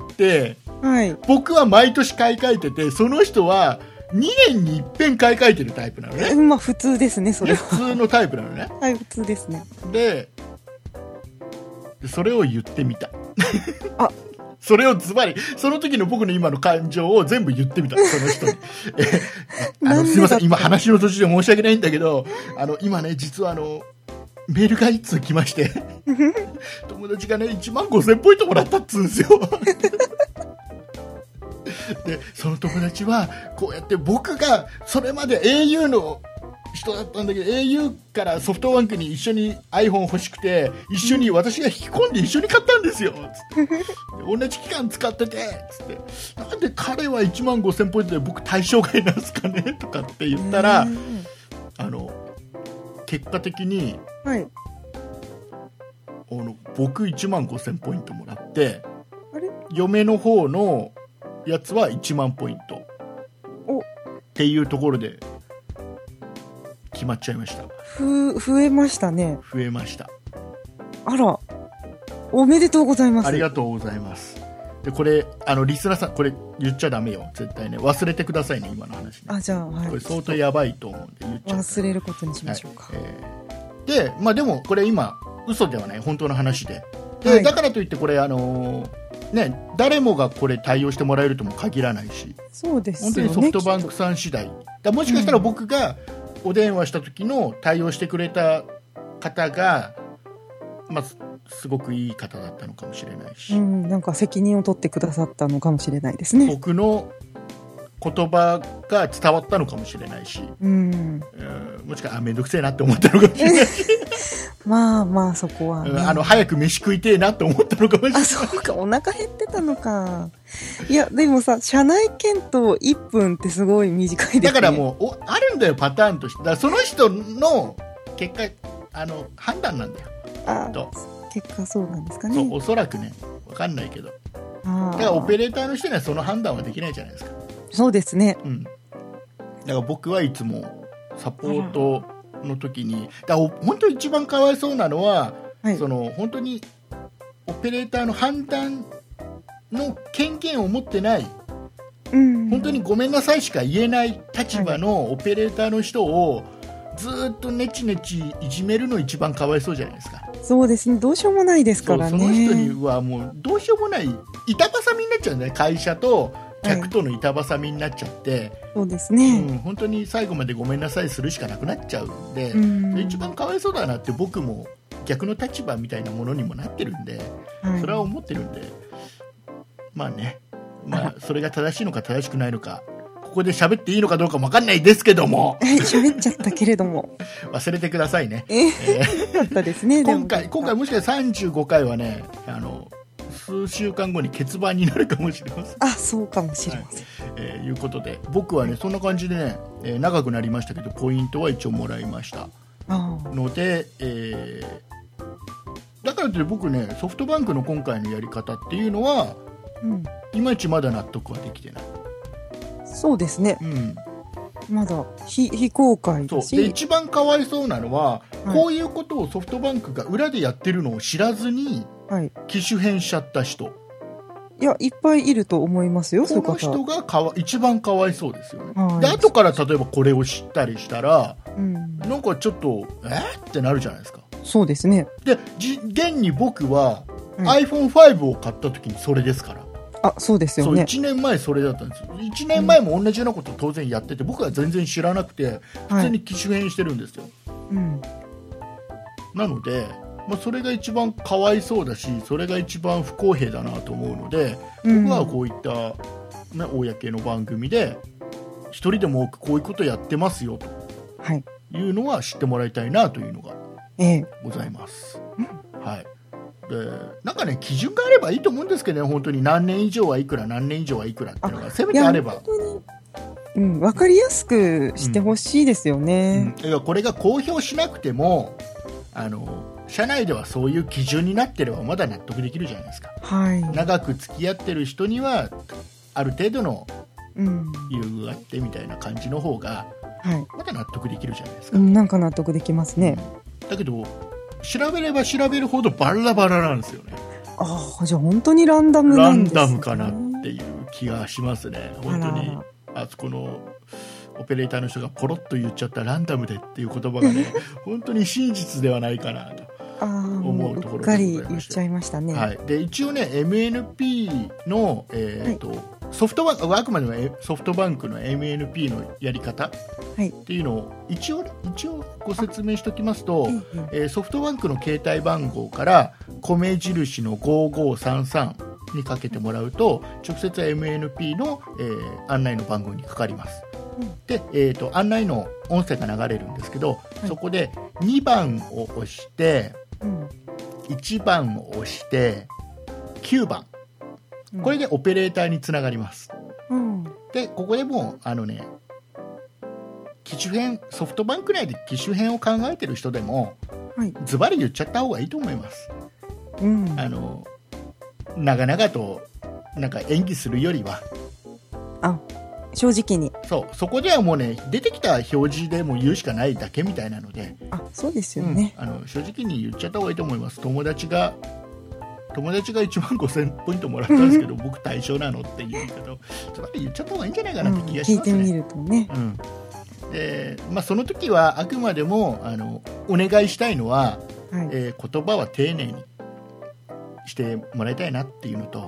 はい、僕は毎年買い替えてて、その人はにねんに一遍買い替えてるタイプなのね。 うん、まあ普通ですね、それは。 普通のタイプなのね。 はい、普通ですね。 で、それを言ってみた。 あ、 それをズバリその時の僕の今の感情を全部言ってみた、その人にあのすいません今話の途中で申し訳ないんだけど、あの今ね実はあのメールがいつ来まして友達がねいちまんごせんポイントもらったっつうんですよでその友達はこうやって僕がそれまで エーユー の人だったんだけど エーユー からソフトバンクに一緒に iPhone 欲しくて一緒に私が引き込んで一緒に買ったんですよつって同じ期間使っててつってなんで彼はいちまんごせんポイントで僕対象外なんですかねとかって言ったらあの結果的に、はい、あの僕いちまんごせんポイントもらってあれ嫁の方のやつはいちまんポイントおっていうところで決まっちゃいました。 ふ増えましたね。 増えました。 あら、おめでとうございます。 ありがとうございます。 でこれあのリスナーさんこれ言っちゃダメよ絶対ね忘れてくださいね今の話ね。 あじゃあ、はい、 これ相当やばいと思うんで言っちゃう忘れることにしましょうか。 はいえー、でまあでもこれ今嘘ではない本当の話で、で、はい、だからといってこれあのー、ね誰もがこれ対応してもらえるとも限らないし、 そうですよね、 本当にソフトバンクさん次第だもしかしたら僕がお電話した時の対応してくれた方が、まあ、すごくいい方だったのかもしれないし、 うん、なんか責任を取ってくださったのかもしれないですね。 僕の言葉が伝わったのかもしれないし、 うん、 もしかしたらめんどくせえなって思ったのかもしれないしまあまあそこは、ね、 あの早く飯食いてえなって思ったのかもしれない。あそうかお腹減ってたのか。いやでもさ社内検討いっぷんってすごい短いですね。 だからもうおあるんだよパターンとして。だからその人の結果あの判断なんだよ。 あと結果そうなんですかね。 そうおそらくね分かんないけど、あだからオペレーターの人にはその判断はできないじゃないですか。 そうですね、 うん、だから僕はいつもサポートの時にだから本当に一番かわいそうなのは、はい、その本当にオペレーターの判断の権限を持ってない、うん、本当にごめんなさいしか言えない立場のオペレーターの人をずっとネチネチいじめるの一番かわいそうじゃないですか。 そうですねどうしようもないですからね。 そ, その人にはもうどうしようもない板挟みになっちゃうんだね。会社と客との板挟みになっちゃって、はい、 そうですね、 うん、本当に最後までごめんなさいするしかなくなっちゃうんで、うん、一番かわいそうだなって僕も逆の立場みたいなものにもなってるんで、はい、それは思ってるんでまあね、まあ、それが正しいのか正しくないのかここで喋っていいのかどうかも分かんないですけども喋っちゃったけれども忘れてくださいね。 えー、えー、よかったですね。 今回今回もしかしたらさんじゅうごかいはねあの数週間後に欠番になるかもしれません。 あそうかもしれません、 はいえー、いうことで僕はねそんな感じでね、えー、長くなりましたけどポイントは一応もらいましたので、えー、だからといって僕ねソフトバンクの今回のやり方っていうのは、うん、いまいちまだ納得はできてない。 そうですね、うん、まだ 非, 非公開だしそうで一番かわいそうなのは、はい、こういうことをソフトバンクが裏でやってるのを知らずに、はい、機種変しちゃった人いやいっぱいいると思いますよ。 この人がかわ一番かわいそうですよね、はい、で後から例えばこれを知ったりしたら、うん、なんかちょっとえー、ってなるじゃないですか。 そうですね。 で現に僕は、うん、アイフォンファイブ を買った時にそれですから。 あそうですよね。そういちねんまえそれだったんですよ。いちねんまえも同じようなことを当然やってて、僕は全然知らなくて普通に機種変してるんですよ、はいうん、なので、まあ、それが一番かわいそうだしそれが一番不公平だなと思うので、うん、僕はこういった、ね、公の番組で一人でも多くこういうことやってますよというのは知ってもらいたいなというのがございます、ええ、はいでなんかね基準があればいいと思うんですけどね。本当に何年以上はいくら何年以上はいくらっていうのがせめてあれば本当に、うん、分かりやすくしてほしいですよね、 うんうん、いやこれが公表しなくてもあの社内ではそういう基準になってればまだ納得できるじゃないですか、はい、長く付き合ってる人にはある程度の優遇があってみたいな感じの方がまだ納得できるじゃないですか、 うん、なんか納得できますね、 うん、だけど調べれば調べるほどバラバラなんですよね。 ああじゃあ本当にランダムなんですね。 ランダムかなっていう気がしますね。本当に あ, あそこのオペレーターの人がポロッと言っちゃったランダムでっていう言葉がね本当に真実ではないかなと思うところでございまして、うっかり言っちゃいましたね、はい、で一応ね エムエヌピー の、えーとはいソフトバンクあくまでもソフトバンクの エムエヌピー のやり方っていうのを一応、一応ご説明しておきますと、えー、ソフトバンクの携帯番号から米印のごーごーさんさんにかけてもらうと直接 エムエヌピー の、えー、案内の番号にかかります。で、えーと、案内の音声が流れるんですけど、はい、そこでにばんを押して、うん、いちばんを押してきゅうばんこれでオペレーターにつながります、うん、でここでもあのね機種変ソフトバンク内で機種変を考えてる人でも、はい、ズバリ言っちゃった方がいいと思います、うん、あの長々となんか演技するよりはあ正直にそうそこではもうね出てきた表示でも言うしかないだけみたいなのであそうですよね、 うん、あの正直に言っちゃった方がいいと思います。友達が友達がいちまんごせんポイントもらったんですけど僕対象なのって言うけどちょっと言っちゃった方がいいんじゃないかなって気がしますね、 うん、聞いてみるとね、 うんでまあ、その時はあくまでもあのお願いしたいのは、はいえー、言葉は丁寧にしてもらいたいなっていうのと、はい、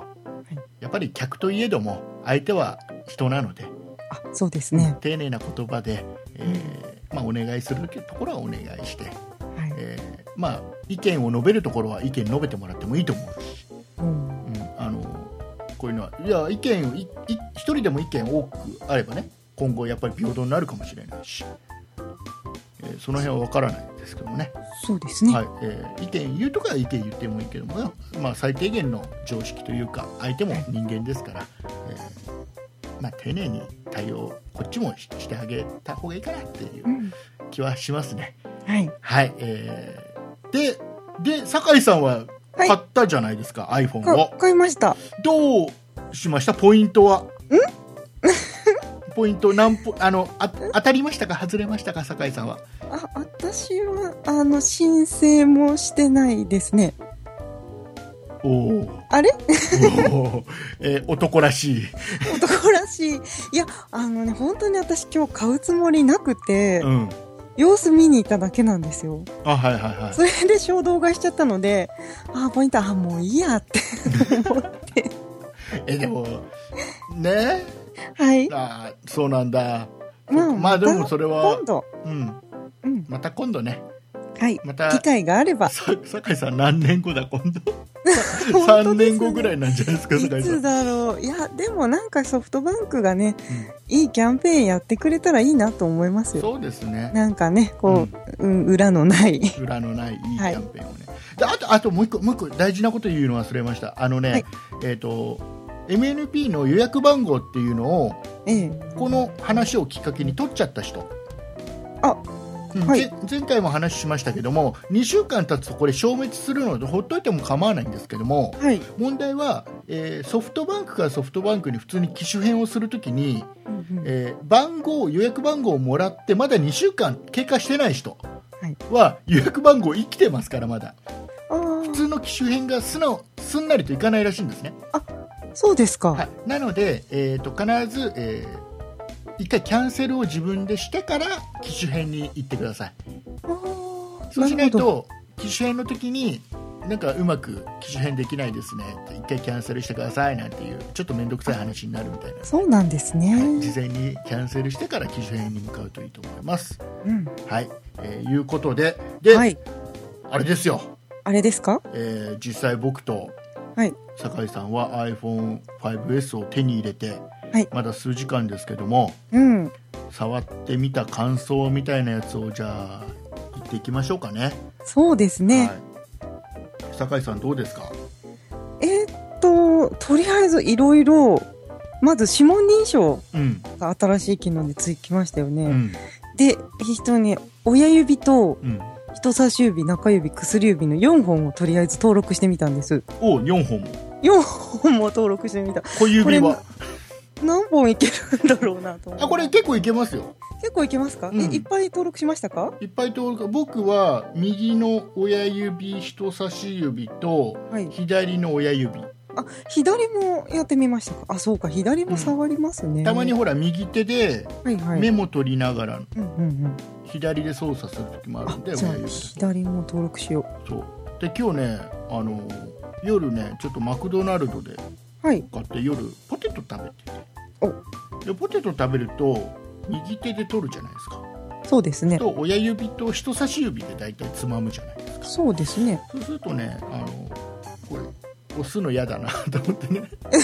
やっぱり客といえども相手は人なのであそうですね、 丁寧な言葉で、えーまあ、お願いするところはお願いして、はいえーまあ、意見を述べるところは意見述べてもらってもいいと思うし、うんうん、あのこういうのはいや意見をいい一人でも意見多くあればね今後やっぱり平等になるかもしれないし、えー、その辺は分からないですけどもねそうですね、 はいえー、意見言うとかは意見言ってもいいけども、まあ、最低限の常識というか相手も人間ですから、えーまあ、丁寧に対応こっちもしてあげた方がいいかなっていう気はしますね、 うん、はい、 はいえー、でで酒井さんは買ったじゃないですか、はい、iPhone を買いましたどうしましたポイントはんポイント何ポあのあ当たりましたか外れましたか酒井さんはあ私はあの申請もしてないですねおおあれお、えー、男らしい男らしいいやあのね本当に私今日買うつもりなくて、うん、様子見に行っただけなんですよあはいはいはいそれで衝動買いしちゃったのであポイントあもういいやって思ってえでもねはいあそうなんだまあ、 まあでもそれは今度、 うんうん、また今度ねはいまた機会があれば酒井さん何年後だ今度さんねんごぐらいなんじゃないですかいつだろういやでもなんかソフトバンクがね、うん、いいキャンペーンやってくれたらいいなと思いますよそうですねなんかねこう、うんうん、裏のない裏のないいいキャンペーンをね、はい、であとあともう一個もう一個大事なこと言うの忘れましたあのね、はい、えっとエムエヌピー の予約番号っていうのを、ええ、この話をきっかけに取っちゃった人あ、 うんはい、前回も話しましたけどもにしゅうかん経つとこれ消滅するのでほっといても構わないんですけども、はい、問題は、えー、ソフトバンクからソフトバンクに普通に機種変をするときに、うんうんえー、番号予約番号をもらってまだにしゅうかん経過してない人は予約番号生きてますからまだ普通の機種変がすなすんなりといかないらしいんですねあそうですか、 はい、なので、えー、と必ず、えー、一回キャンセルを自分でしてから機種変に行ってくださいそうしないと機種変の時になんかうまく機種変できないですねって一回キャンセルしてくださいなんていうちょっと面倒くさい話になるみたいなそうなんですね、 はい、事前にキャンセルしてから機種変に向かうといいと思います、うんはい、えー、いうことでで、はい、あれですよあれですか、 えー、実際僕とはい、 酒井さんは アイフォンファイブエス を手に入れて、 はい、 まだ数時間ですけども、 うん、 触ってみた感想みたいなやつをじゃあ言っていきましょうかねそうですね、はい、 酒井さんどうですかえー、っととりあえずいろいろまず指紋認証が新しい機能でつきましたよね、うん、で人に親指と、うん人差し指、中指、薬指のよんほんをとりあえず登録してみたんです。 およんほんもよんほんも登録してみた。 小指は何本いけるんだろうなと思って。 あ、これ結構いけますよ。 結構いけますか、うん、えいっぱい登録しましたか？ いっぱい登録。僕は右の親指、人差し指と左の親指、はい、 あ、左もやってみましたか？あ、そうか、左も触りますね、 うん、たまにほら右手でメモ取りながら、はいはいうんうんうん、左で操作する時もあるんで、 じゃあ左も登録しよう。そうで今日ねあの夜ねちょっとマクドナルドで買って、はい、夜ポテト食べてて、おでポテト食べると右手で取るじゃないですか。 そうですね。 と親指と人差し指でだいたいつまむじゃないですか。 そうですね。 そうするとねあのこれ押すの嫌だなと思ってね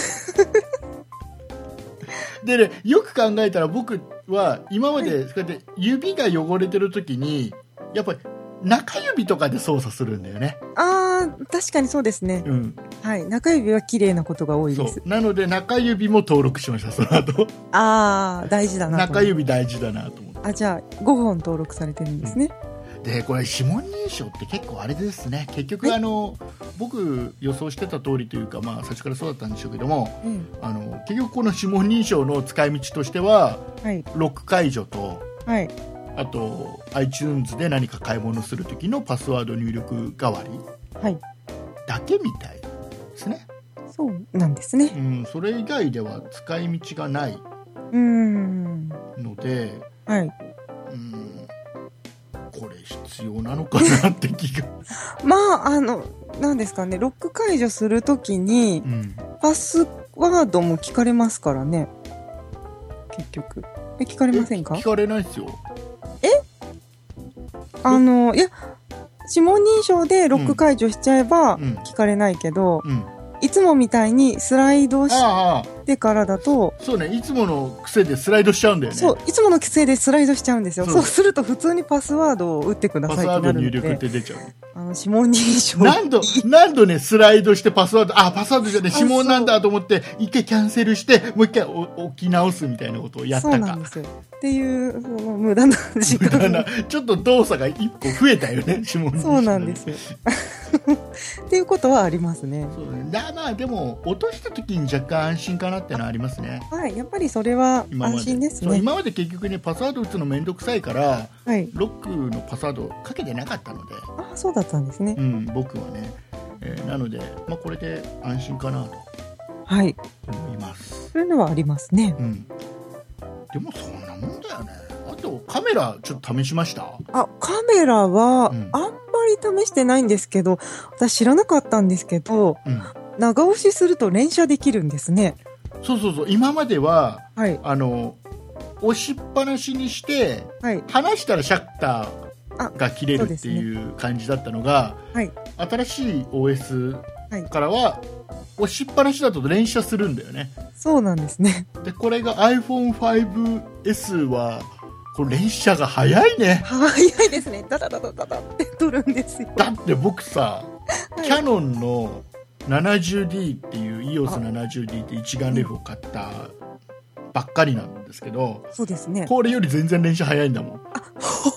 でねよく考えたら僕は今までこうやって指が汚れてる時にやっぱり中指とかで操作するんだよね。 あー確かにそうですね、うんはい、中指は綺麗なことが多いです。 なので中指も登録しましたその後ああ大事だなと中指大事だなと思って。 あじゃあごほん登録されてるんですね、 うん、でこれ指紋認証って結構あれですね。結局あの僕予想してた通りというか、まあ、最初からそうだったんでしょうけども、うん、あの結局この指紋認証の使い道としては、はい、ロック解除と、はい、あと iTunes で何か買い物する時のパスワード入力代わり、はい、だけみたい。 ですね。 そうなんですね。 うん、それ以外では使い道がないので、 はい。 うん、これ必要なのかなって気が。 まあ、あの、なんですかね、ロック解除するときに、うん、パスワードも聞かれますからね。結局。え、聞かれませんか？ 聞かれないですよ。 え？あの、いや、指紋認証でロック解除しちゃえば聞かれないけど、うんうん、いつもみたいにスライドしてからだと、 そうね、いつもの癖でスライドしちゃうんだよね。 そう、いつもの癖でスライドしちゃうんですよ。そう、そうすると普通にパスワードを打ってくださいってなるので。パスワード入力って出ちゃう。あの、指紋認証。 何度、何度ね、スライドしてパスワード、あ、パスワードじゃね、指紋なんだと思って、一回キャンセルして、もう一回置き直すみたいなことをやったか。 そうなんですよ。っていう、その無駄な時間。無駄な、 ちょっと動作が一個増えたよね、指紋認証。 そうなんですよ。っていうことはありますね。 そうね。だまあでも落とした時に若干安心かなってのはありますね。 はい、やっぱりそれは安心ですね。 今まで、今まで結局ねパスワード打つのめんどくさいから、はい、ロックのパスワードかけてなかったので。 あ、そうだったんですね。 うん、僕はね、えー、なのでまあこれで安心かなと。 はい。 思います。 そういうのはありますね。 うん。でもそんなもんだよね。あとカメラちょっと試しました？ あ、カメラは、うん、あんまり試してないんですけど、私知らなかったんですけど、うん、長押しすると連写できるんですね。 そうそうそう。今までは、はい、あの押しっぱなしにして、はい、離したらシャッターが切れるっていう感じだったのが、はい、新しい オーエス からは、押しっぱなしだと連写するんだよね。 そうなんですね。 でこれが アイフォンファイブエス はこれ連写が早いね。 早いですね。ダダダダダダって撮るんですよ。 だって僕さ、はい、キヤノンの ななじゅうディー っていう イーオーエスななじゅうディー って一眼レフを買ったばっかりなんですけど、 そうですね。 これより全然連写早いんだもん。あ、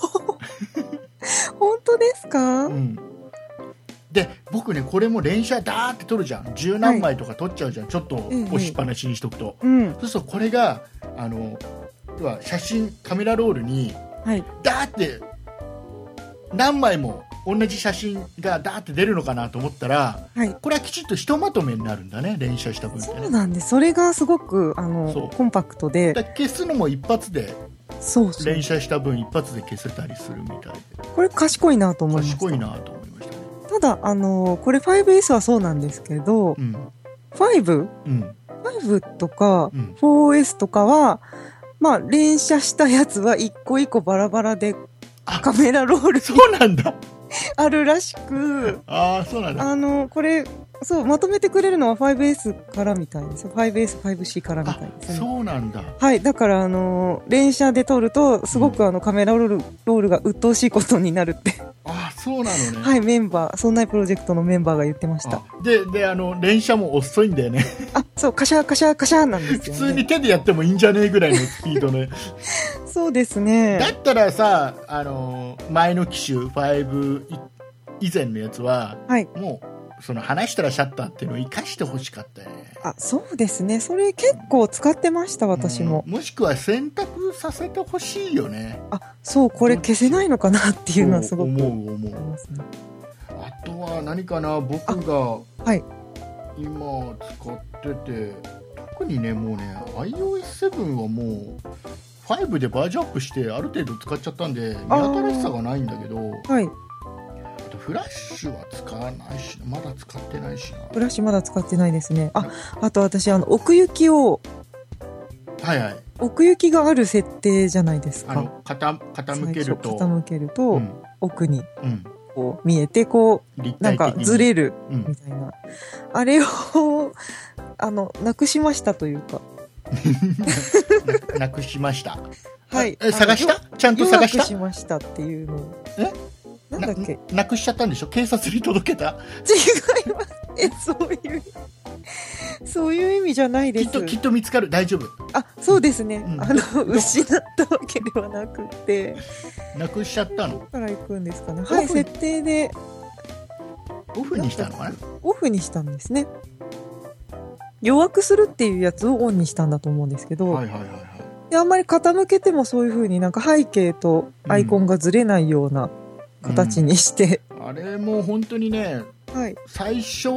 本当ですか？ うん。で僕ねこれも連写ダーって撮るじゃん。十何枚とか撮っちゃうじゃん、はい、ちょっと押しっぱなしにしとくと、うんうん、そうするとこれがあのは写真カメラロールに、はい、ダーって何枚も同じ写真がダーって出るのかなと思ったら、はい、これはきちっとひとまとめになるんだね、連写した分ってね。 そうなんです。それがすごくあのコンパクトで、 だ消すのも一発で、そうそう連写した分一発で消せたりするみたいで、 これ賢いなと思いました。 賢いなと思いましたね。 ただあのこれ ファイブエス はそうなんですけど、うん、ファイブ、うん、ファイブとか、うん、フォーエス とかはまあ連写したやつは一個一個バラバラでカメラロールそうなんだあるらしく、 ああそうなんだ。 あのこれそうまとめてくれるのは ファイブエス からみたいですよ。 ファイブエス、ファイブシー からみたいですね。 そうなんだ。 はい、だからあの連写で撮るとすごくあの、うん、カメラロールロールが鬱陶しいことになるってあそうなのね。 はい、メンバーそんなプロジェクトのメンバーが言ってました。 でであの連写も遅いんだよねあそうカシャカシャカシャなんですよ、ね、 普通に手でやってもいいんじゃねえぐらいのスピードねそうですね。 だったらさあの前の機種ファイブ以前のやつは、はい、もうその離したらシャッターっていうのを生かしてほしかったよね。 あそうですね。それ結構使ってました私も、 うん、もしくは選択させてほしいよね。 あそうこれ消せないのかなっていうのはすごく思う思う、ね、あとは何かな僕が今使ってて、特にねもうね アイオーエスセブン はもうファイブでバージョンアップしてある程度使っちゃったんで目新しさがないんだけど、はい、フラッシュは使わないしまだ使ってないしな。 フラッシュまだ使ってないですね。あ、あと私あの奥行きをはいはい奥行きがある設定じゃないですか。あの傾傾けると傾けると、うん、奥にこう見えてこうなんかずれるみたいな、うん、あれをあのなくしましたというかな, なくしましたはいえ探したちゃんと探した弱くしましたっていうのをえなんだっけ な, なくしちゃったんでしょ。警察に届けた。 違います。えそういうそういう意味じゃないです。 きっときっと見つかる。大丈夫。 あそうですね、うん、あの失ったわけではなくてなくしちゃったのから行くんですかね。はい設定でオフにしたのかな。 オフにしたんですね。弱くするっていうやつをオンにしたんだと思うんですけど、はいはいはいはい、であんまり傾けてもそういう風になんか背景とアイコンがずれないような、うん形にして、 うん、あれも本当にね、はい、最初は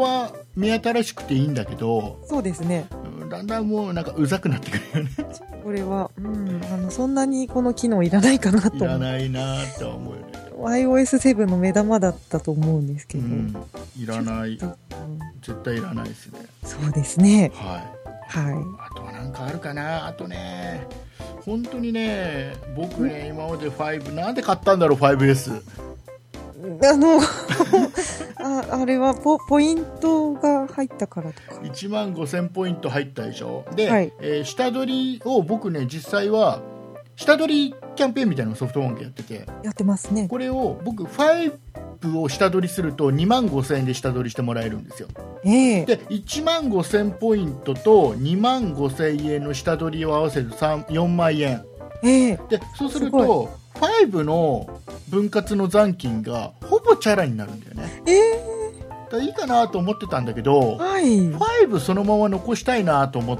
目新しくていいんだけど、 そうですね、 だんだんもうなんかうざくなってくるよねこれは、うん、あのそんなにこの機能いらないかなと思う。 いらないなとは思うよね。 アイオーエスセブン の目玉だったと思うんですけど、うん、 いらない、うん、絶対いらないですね。 そうですね、 はいはい。 あとはなんかあるかな。あとね、本当にね、僕ね、今までファイブなんで買ったんだろう ファイブエス。 あのあ, あれは ポ, ポイントが入ったからとか。 いちまんごせんポイント入ったでしょ。で、 はい、 えー、下取りを僕ね、実際は下取りキャンペーンみたいなのをソフトバンクやってて、 やってますね。 これを僕ファイブを下取りするとにまんごせんえんで下取りしてもらえるんですよ。 えー、 でいちまんごせんポイントとにまんごせんえんの下取りを合わせるとよんまんえん、 えー、 でそうするとファイブの分割の残金がほぼチャラになるんだよね。 えー、だいいかなと思ってたんだけど、 はい、 ファイブそのまま残したいなと思って。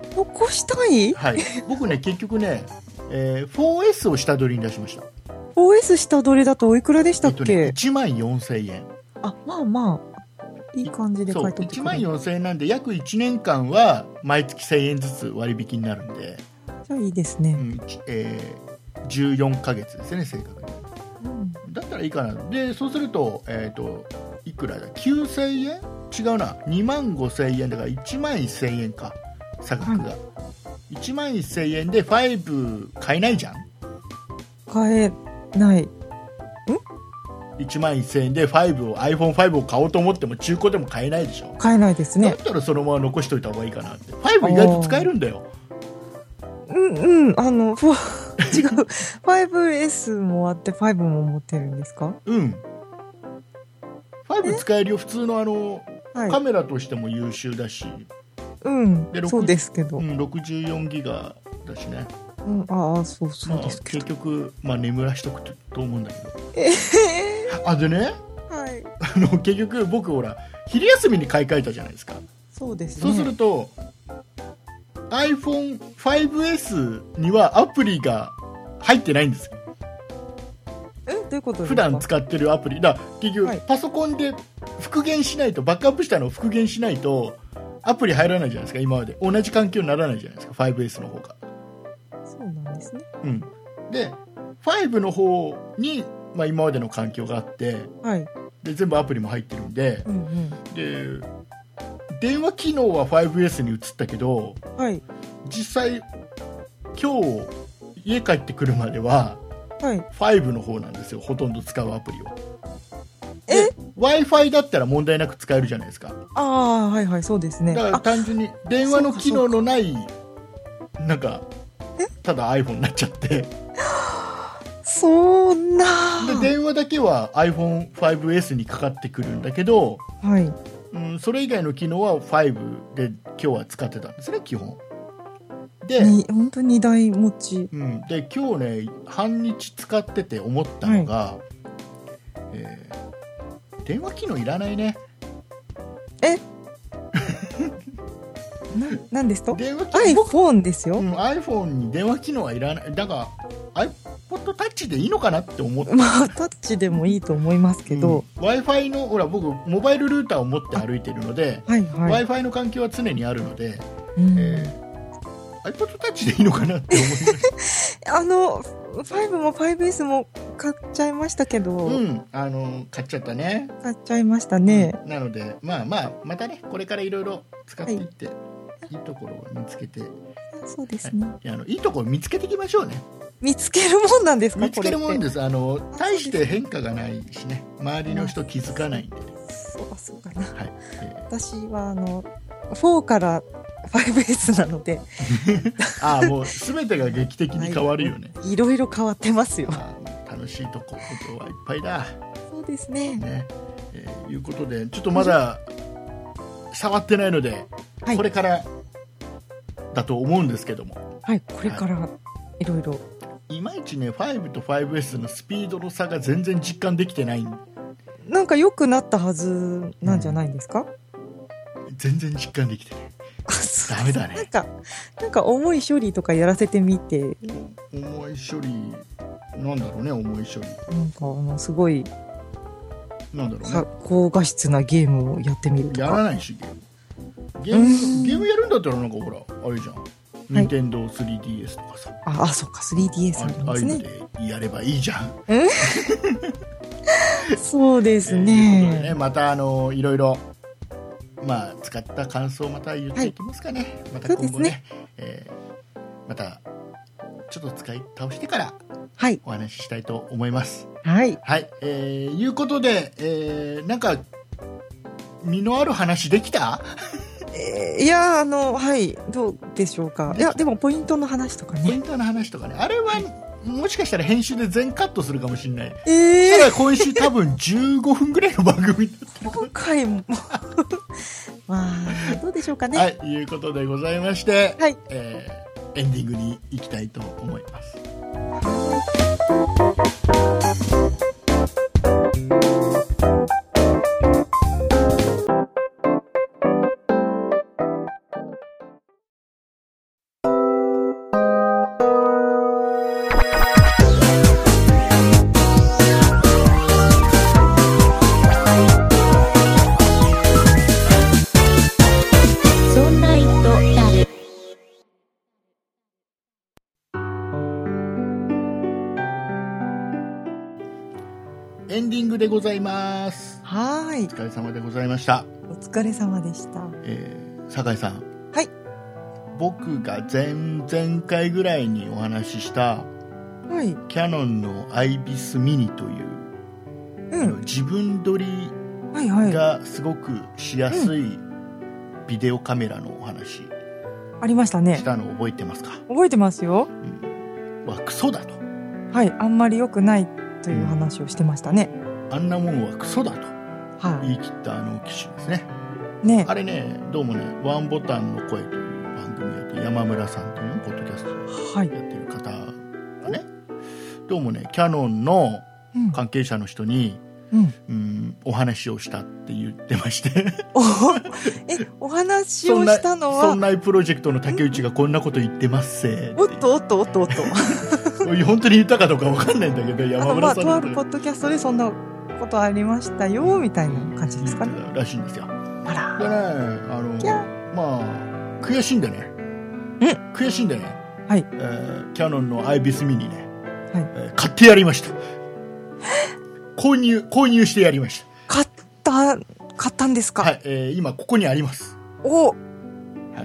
残したい、 はい、僕ね結局ね、えー、フォーエス を下取りに出しました。 フォーエス 下取りだとおいくらでしたっけ？えっとね、 いちまんよんせんえん。 あ、まあまあいい感じで買い取ってくれる。 いちまんよんせんえんなんで約いちねんかんは毎月せんえんずつ割引になるんで、 じゃあいいですね、 うんえー、じゅうよんかげつですね正確に、うん、だったらいいかな。でそうすると、えーと、いくらだきゅうせんえん違うな、にまんごせんえんだからいちまんせんえんか差額が、はい、いちまんせんえんでファイブ買えないじゃん。 買えない。 いちまんせんえんでファイブを アイフォンファイブ を買おうと思っても中古でも買えないでしょ。 買えないですね。 だったらそのまま残しといた方がいいかなって。ファイブ意外と使えるんだよ。 うんうんあの違うファイブエス もあってファイブも持ってるんですか？ うん。ファイブ使えるよ。普通のあの、はい、カメラとしても優秀だし。 うんでそうですけど、 うん、ろくじゅうよんギガだしね。 うん、ああそうそうですけど、 まあ、結局、まあ、眠らしとくと思うんだけど。 えー、 あでね、 はい、 あの結局僕ほら昼休みに買い替えたじゃないですか。 そうですね。 そうすると アイフォンファイブエス にはアプリが入ってないんですよ。 えどういうことですか？ 普段使ってるアプリだ。結局、はい、パソコンで復元しないと、バックアップしたのを復元しないとアプリ入らないじゃないですか。今まで同じ環境にならないじゃないですか ファイブエス の方が。 そうなんですね。 うん、でファイブの方に、まあ、今までの環境があって、 はい、 で全部アプリも入ってるんで、 うんうん、 で電話機能は ファイブエス に移ったけど、 はい、 実際今日家帰ってくるまでは、 はい、 ファイブの方なんですよ。ほとんど使うアプリを。 え Wi-Fi だったら問題なく使えるじゃないですか。 ああはいはいそうですね。 だから単純に電話の機能のないなんかただ iPhone になっちゃってそんなで電話だけは アイフォンファイブエス にかかってくるんだけど、 はいうん、それ以外の機能はファイブで今日は使ってたんですね基本で。 本当ににだい持ち、 うん、で今日ね半日使ってて思ったのが、はいえー、電話機能いらないね。 えななんですと？ 電話機能 iPhone ですよ、 うん、iPhone に電話機能はいらない。だから iPod Touch でいいのかなって思って。 まあタッチでもいいと思いますけど、 うん、Wi-Fi のほら僕モバイルルーターを持って歩いてるので、 はいはい、 Wi-Fi の環境は常にあるので、 うんえー、iPod Touch でいいのかなって思いますあのファイブも ファイブエス も買っちゃいましたけど、 うん、あの買っちゃったね。 買っちゃいましたね、 うん、なのでまあまあまたねこれからいろいろ使っていって、はい、いいところを見つけて。 そうですね、 はい、あのいいところ見つけていきましょうね。 見つけるもんなんですか？ 見つけるもんです。あの大して変化がないしね、周りの人気づかないんで、ね、 そうそうかな、 はいえー、 私はあのフォーからファイブエス なのでああもう全てが劇的に変わるよね、 はい、いろいろ変わってますよ。 楽しいとこことはいっぱいだ。 そうですねね、えー、いうことでちょっとまだ触ってないので、はい、これからだと思うんですけども、 はいこれからいろいろいまいちねファイブと ファイブエス のスピードの差が全然実感できてない。 なんか良くなったはずなんじゃないんですか？ うん、全然実感できてないダメだね。 なんかなんか重い処理とかやらせてみて。 重い処理なんだろうね。重い処理なんかあのすごいなんだろうね、 高画質なゲームをやってみるとか。 やらないしゲームゲームゲームやるんだったらなんかほらあれじゃん、ニンテンドー スリーディーエス とかさ、 ああ、そっか スリーディーエス ありますね。 ああいうのでやればいいじゃん。 そうですね。 ということでね、またあのいろいろまあ使った感想をまた言っていきますかね。はい、また今後ね、ねえー、またちょっと使い倒してからお話ししたいと思います。 はい。 はい。えー、いうことで、えー、なんか身のある話できた？ えー、いやあのはいどうでしょうか。いやでもポイントの話とかね。 ポイントの話とかね。あれはもしかしたら編集で全カットするかもしれない。 えー、 ただ今週多分じゅうごふんぐらいの番組になってる。 今回もまあどうでしょうかね。 はい。いうことでございまして、 はい。 えー、エンディングに行きたいと思います。エンディングでございます。 はい。 お疲れ様でございました。 お疲れ様でした。 えー、酒井さん。 はい。 僕が前々回ぐらいにお話しした、 はい。 キヤノンのアイビスミニという、うん、自分撮りがすごくしやすいビデオカメラのお話、 ありましたね。 したの覚えてますか？ 覚えてますよ。 うん、はクソだと。 はい。あんまり良くないという話をしてましたね。 うん、あんなもんはクソだと言い切ったあの機種ですね。 ね。 あれね、どうもね、ワンボタンの声という番組やって、山村さんというポッドキャストをやってる方がね、はい、どうもね、キヤノンの関係者の人に、うんうん、お話をしたって言ってましておえお話をしたのはそんなプロジェクトの竹内がこんなこと言ってますせおっとおっとおっとおっと本当に言ったかどうか分かんないんだけど、山村さんの、 まあ、とあるポッドキャストでそんなことありましたよみたいな感じですかね。 らしいんですよ。 あらでね、あのまあ悔しいんでね悔しいんでね、 はい、 えー、キヤノンのアイビスミニね、 はい、 えー、買ってやりました。購入、購入してやりました。 買った、買ったんですか？ はい、えー、今ここにあります。 お、 はい、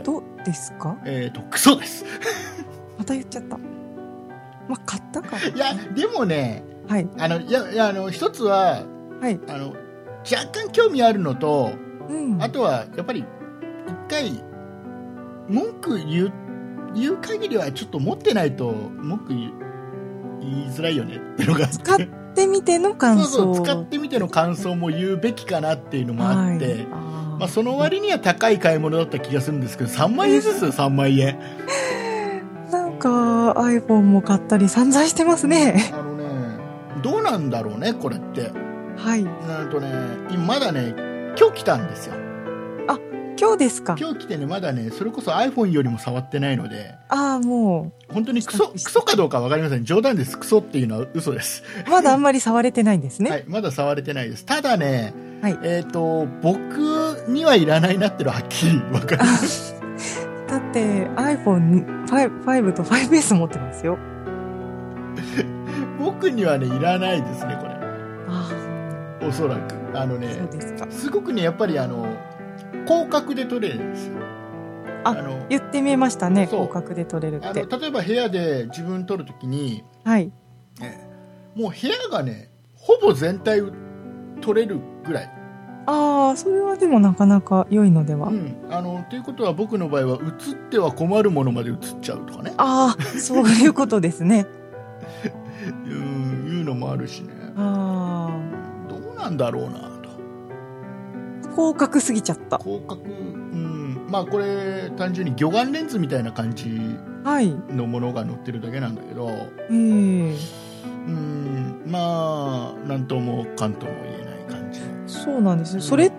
どうですか？ えーと、クソです。 また言っちゃった。まあ、買ったか。 いや、でもね、 はい。 あの、いや、いやあの、一つは、 はい。 あの、若干興味あるのと、 うん、 あとは、やっぱり、一回、文句言う、言う限りはちょっと持ってないと、文句言いづらいよねっていうのがあって。 使ってみての感想。 そうそう、使ってみての感想も言うべきかなっていうのもあって、はい、あまあ、その割には高い買い物だった気がするんですけど、さんまんえんですよ、さんまんえん。 なんか iPhone も買ったり散々してますね。 あのね、どうなんだろうね、これって。 はい。 なんとね、今まだね、今日来たんですよ。 あ、今日ですか。 今日来てね、まだね、それこそ iPhone よりも触ってないので。 ああ、もう。本当にクソ、クソかどうかわかりません。冗談です。クソっていうのは嘘です。 まだあんまり触れてないんですね。 はい、まだ触れてないです。ただね、 はい、 えっと、僕にはいらないなっていうのははっきりわかります。 だって アイフォンファイブ ファイブと ファイブエス 持ってますよ。 僕にはねいらないですねこれ。 あおそらくあのね、 そうですか。 すごくねやっぱりあの広角で撮れるんですよ。 ああの言ってみましたね、広角で撮れるって。あの例えば部屋で自分撮るときに、 はいね、もう部屋がねほぼ全体撮れるぐらい。 ああ、それはでもなかなか良いのでは。 うん、あのということは僕の場合は映っては困るものまで映っちゃうとかね。 ああ、そういうことですね。 うんいうのもあるしね。 ああ、どうなんだろうなと。 広角すぎちゃった。 広角、うん、まあこれ単純に魚眼レンズみたいな感じのものが載ってるだけなんだけど、はい、 うん、 まあなんともかんとも言えない感じ。 そうなんですよ。それって、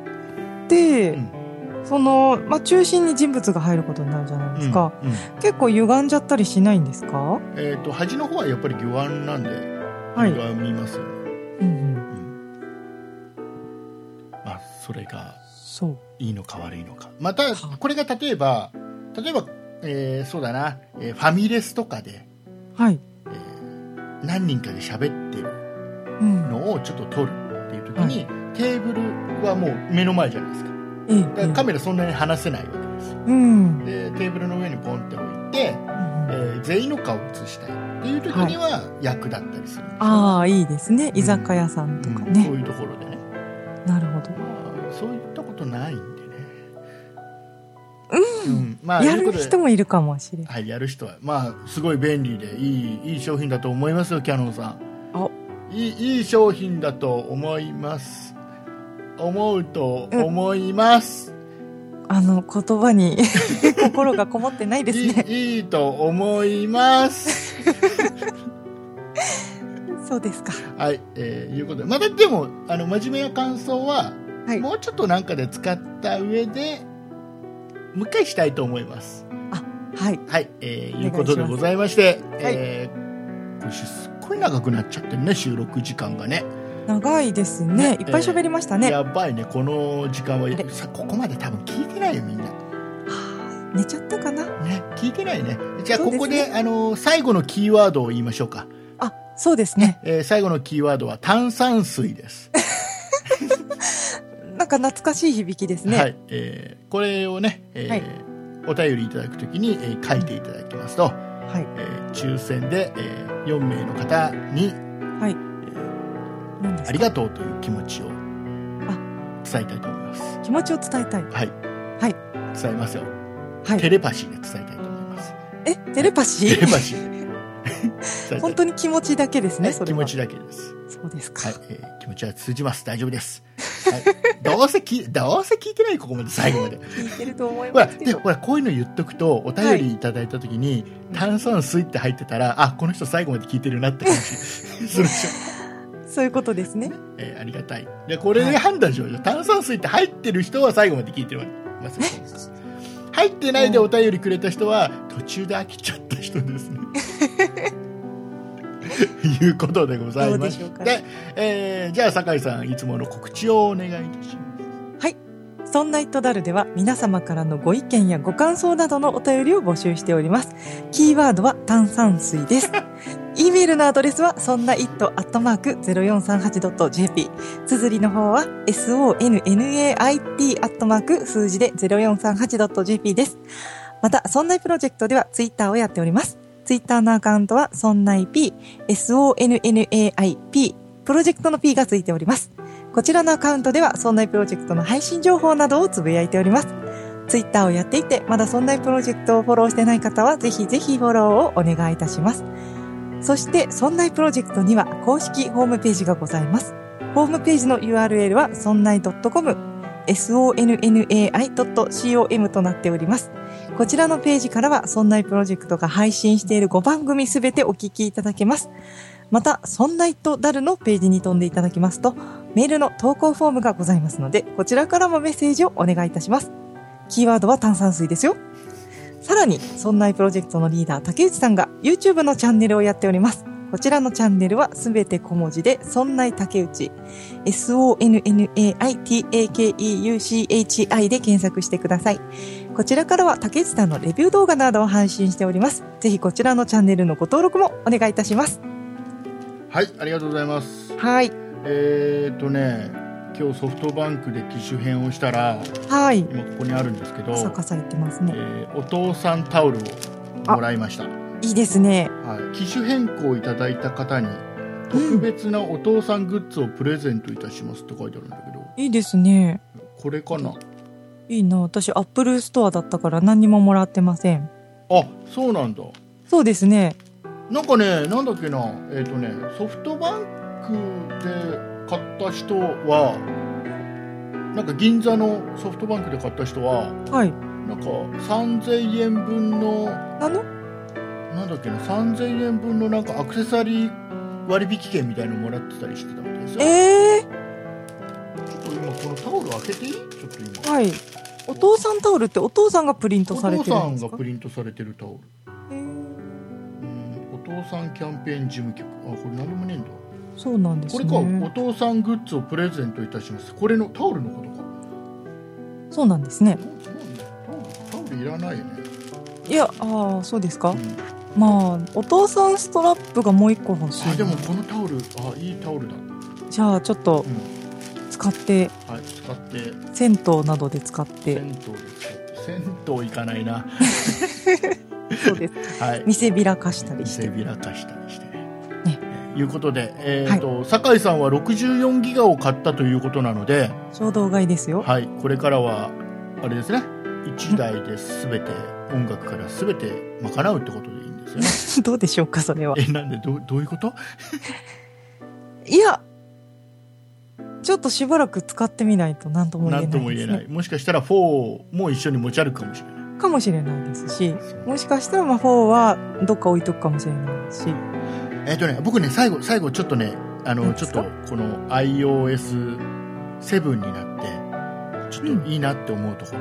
うん、その、まあ、中心に人物が入ることになるじゃないですか。うんうん、結構歪んじゃったりしないんですか？ えっと、端の方はやっぱり魚眼なんで、はい、歪みますよね。うんうんうん、 それがいいのか悪いのか。またこれが例えば例えば、えー、そうだな、えー、ファミレスとかで、 はいえー、何人かで喋ってるのをちょっと撮るっていう時に、うん、テーブルはもう目の前じゃないですか。 うん、 だからカメラそんなに離せないわけですよ、 うん、 でテーブルの上にポンって置いて、うん、えー、全員の顔を映したいっていう時には役立ったりするんですよ、ね、 ああいいですね、居酒屋さんとかね、うんうん、 そういうところでね。 なるほど。 そういったことないんでね、 うん、うん、まあ、やる人もいるかもしれない。 はい、やる人はまあすごい便利でいいいい商品だと思いますよ。キヤノンさん、 あいいいい商品だと思います思うと思います、 うん、あの言葉に心がこもってないですね。 いい、いいと思いますそうですか。 はい、えー、いうことで、まだでもあの真面目な感想は、はい、もうちょっとなんかで使った上でもう一回したいと思います。 あ、はい、 はい、えー、いうことでございまして、はい、えー、今週すっごい長くなっちゃってるね、収録時間がね。 長いですね。いっぱい喋りましたね。 えー、やばいね、この時間はさここまで多分聞いてないよみんな。はあ、寝ちゃったかな。 ね、聞いてないね。じゃあここで、ね、あの最後のキーワードを言いましょうか。 あ、そうですね。 えー、最後のキーワードは炭酸水です。 なんか懐かしい響きですね。 はい、えー、これをね、えーはい、お便りいただくときに、えー、書いていただきますと、はい、えー、抽選で、えー、よん名の方に、はい、えー、ありがとうという気持ちを伝えたいと思います。 気持ちを伝えたい。 はい、はい、伝えますよ。 はい、 テレパシーで伝えたいと思います。 え、テレパシー？ テレパシー。 本当に気持ちだけですね。それは気持ちだけです。 そうですか。 はい、えー、気持ちは通じます。大丈夫です。はい、どうせきどうせ聞いてない、ここまで最後まで。 聞いてると思いますけど。 ほらでほらこういうの言っとくとお便りいただいたときに、はい、炭酸水って入ってたら、あ、この人最後まで聞いてるなって感じするでしょ。 そういうことですね。 えー、ありがたい。でこれで判断しましょう。はい、炭酸水って入ってる人は最後まで聞いてるわけです。入ってないでお便りくれた人は途中で飽きちゃった人ですね。いうことでございまして、ね、えー、じゃあ酒井さんいつもの告知をお願いいたします。 はい、そんなイットダルでは皆様からのご意見やご感想などのお便りを募集しております。キーワードは炭酸水です。E メールのアドレスはそんな イット アットマーク ゼロよんさんはち ドット ジェーピー、 綴りの方は ソンナイト アットマーク数字で ゼロよんさんはち ドット ジェーピー です。またそんないプロジェクトではツイッターをやっております。ツイッターのアカウントはそんない P、 ソンナイピ、プロジェクトの P がついております。こちらのアカウントではそんないプロジェクトの配信情報などをつぶやいております。ツイッターをやっていてまだそんないプロジェクトをフォローしてない方はぜひぜひフォローをお願いいたします。そしてそんないプロジェクトには公式ホームページがございます。ホームページの ユーアールエル はそんない ドットコム、 ソンナイ ドットコム となっております。こちらのページからはそんないプロジェクトが配信しているごばんぐみすべてお聞きいただけます。またそんないとダルのページに飛んでいただきますとメールの投稿フォームがございますのでこちらからもメッセージをお願いいたします。キーワードは炭酸水ですよ。さらにそんないプロジェクトのリーダー竹内さんが YouTube のチャンネルをやっております。こちらのチャンネルはすべて小文字でそんない竹内、 ソンナイタケイユーシーエイチアイ で検索してください。こちらからは竹内さんのレビュー動画などを配信しております。ぜひこちらのチャンネルのご登録もお願いいたします。 はい、ありがとうございます。 はい。 えーとね今日ソフトバンクで機種変をしたら、 はい、 今ここにあるんですけど、 カサカサ言ってますね、 えー、お父さんタオルをもらいました。 いいですね、 はい、機種変更いただいた方に特別なお父さんグッズをプレゼントいたしますって書いてあるんだけど、 いいですね。 これかな。 いいな。私アップルストアだったから何にももらってません。 あ、そうなんだ。 そうですね。 なんかね、なんだっけな、えっとねソフトバンクで買った人はなんか銀座のソフトバンクで買った人は、 はい、 なんかさんぜんえんぶんのあのなんだっけなさんぜんえんぶんのなんかアクセサリー割引券みたいなのもらってたりしてたみたいですよ。 えー、 ちょっと今このタオル開けていい？ちょっと今。 はい。お父さんタオルってお父さんがプリントされてるんですか？ お父さんがプリントされてるタオル。 えー、うんお父さんキャンペーン事務局。あ、これ何でもねえんだ。 そうなんですね。 これか、お父さんグッズをプレゼントいたします。これのタオルのことか。 そうなんですね。 タオルいらないよね。 いや、ああ、そうですか。うん、まあお父さんストラップがもう一個欲しい。 あ、でもこのタオル、あ、いいタオルだ。 じゃあちょっと使って、 うん、はい、使って銭湯などで使って。 銭湯で使って銭湯行かないな。 そうです、はい、見せびらかしたりして。 見せびらかしたりしてね。ね、えー、いうことで、えーとはい、酒井さんはろくじゅうよんギガを買ったということなので、 衝動買いですよ。 はい、これからはあれですね、いちだいで全て、うん、音楽から全て賄うってことでいいんですよね。 どうでしょうか、それは。 え、なんで、ど, どういうこと？ いや、ちょっとしばらく使ってみないと何とも言えないですね。 何とも言えない。もしかしたらフォーも一緒に持ち歩くかもしれない。 かもしれないですし、もしかしたらまあフォーはどっか置いとくかもしれないですし。 えっとね、僕ね、最後、最後ちょっとね、あの、ちょっとこの アイオーエスセブン になって、ちょっといいなって思うところ。うん、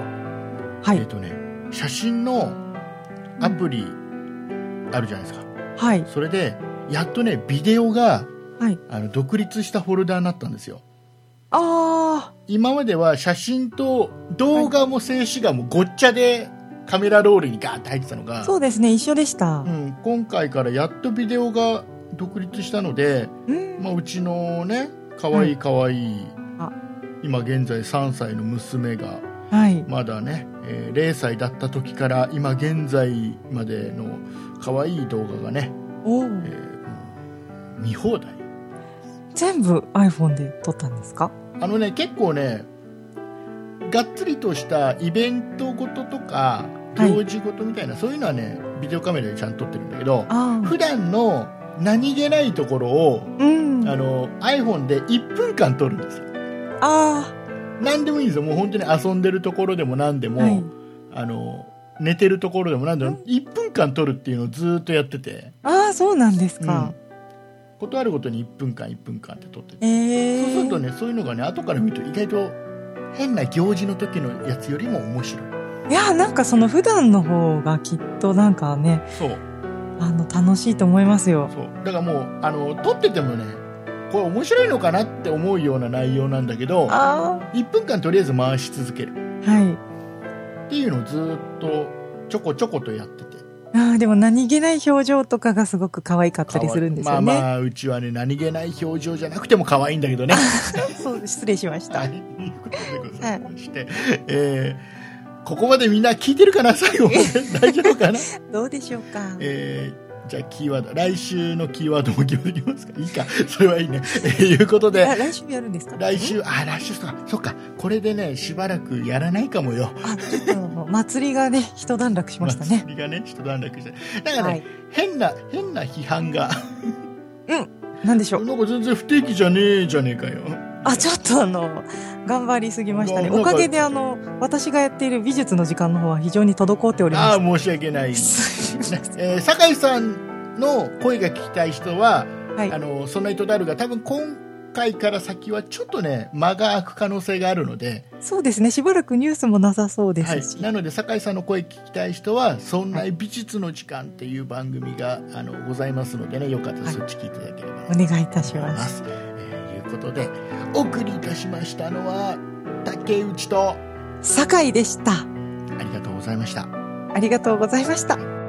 はい。えっとね、写真のアプリあるじゃないですか。 はい。 それで、やっとね、ビデオが、はい、あの独立したフォルダになったんですよ。 ああ。 今までは写真と動画も静止画もごっちゃでカメラロールにガーッと入ってたのが、 そうですね、一緒でした。 うん、今回からやっとビデオが独立したので、うんまあ、うちのね、かわいいかわいい、あ今現在さんさいの娘が、はい、まだね、えー、れいさいだった時から今現在までのかわいい動画がね、お、えー、見放題。 全部 iPhone で撮ったんですか？ あのね、結構ね、がっつりとしたイベントごととか行事ごとみたいな、はい、そういうのはね、ビデオカメラでちゃんと撮ってるんだけど、普段の何気ないところを、うん、あの iPhone でいっぷんかん撮るんですよ。 あ何でもいいんですよ。もう本当に遊んでるところでも何でも、はい、あの寝てるところでも何でも、うん、いっぷんかん撮るっていうのをずっとやってて。 ああ、そうなんですか。うんことあるごとにいっぷんかんいっぷんかんって撮ってて、えー、そうするとね、そういうのがね、後から見ると意外と変な行事の時のやつよりも面白い。 いや、なんかその普段の方がきっとなんかね、そうあの楽しいと思いますよ。 そうだからもうあの撮っててもね、これ面白いのかなって思うような内容なんだけど、あいっぷんかんとりあえず回し続ける、はい、っていうのをずっとちょこちょことやってて、 あでも何気ない表情とかがすごく可愛かったりするんですよね。 まあまあ、うちはね、何気ない表情じゃなくても可愛いんだけどね。 そう、失礼しました。 はい、ということでございまして、はい、えー、ここまでみんな聞いてるかな、最後まで。大丈夫かな。 どうでしょうか。 えーじゃあキーワード、来週のキーワードも決めてきますか。いいか、それはいいね。えー、いうことで。 来週やるんですか。 来週、あ、来週か、そっか、これでね、しばらくやらないかもよ。 あ、ちょっと祭りがね、一段落しましたね。 祭りがね、一段落して。なんかね、はい、変な変な批判が。 うん、なんでしょう。 なんか全然不定期じゃねえじゃねえかよ。 あ、ちょっとあの頑張りすぎましたね。おかげであの私がやっている美術の時間の方は非常に滞っております。 ああ、申し訳ない。ね、えー、酒井さんの声が聞きたい人は、はい、あのそんな糸であるが、多分今回から先はちょっとね、間が空く可能性があるので。 そうですね、しばらくニュースもなさそうですし、 はい、なので酒井さんの声聞きたい人はそんな美術の時間っていう番組が、はい、あのございますのでね、よかったらそっち聞いていただければ、 はい、お願いいたします。 えー、いうことでお送りいたしましたのは竹内と酒井でした。ありがとうございました。 ありがとうございました。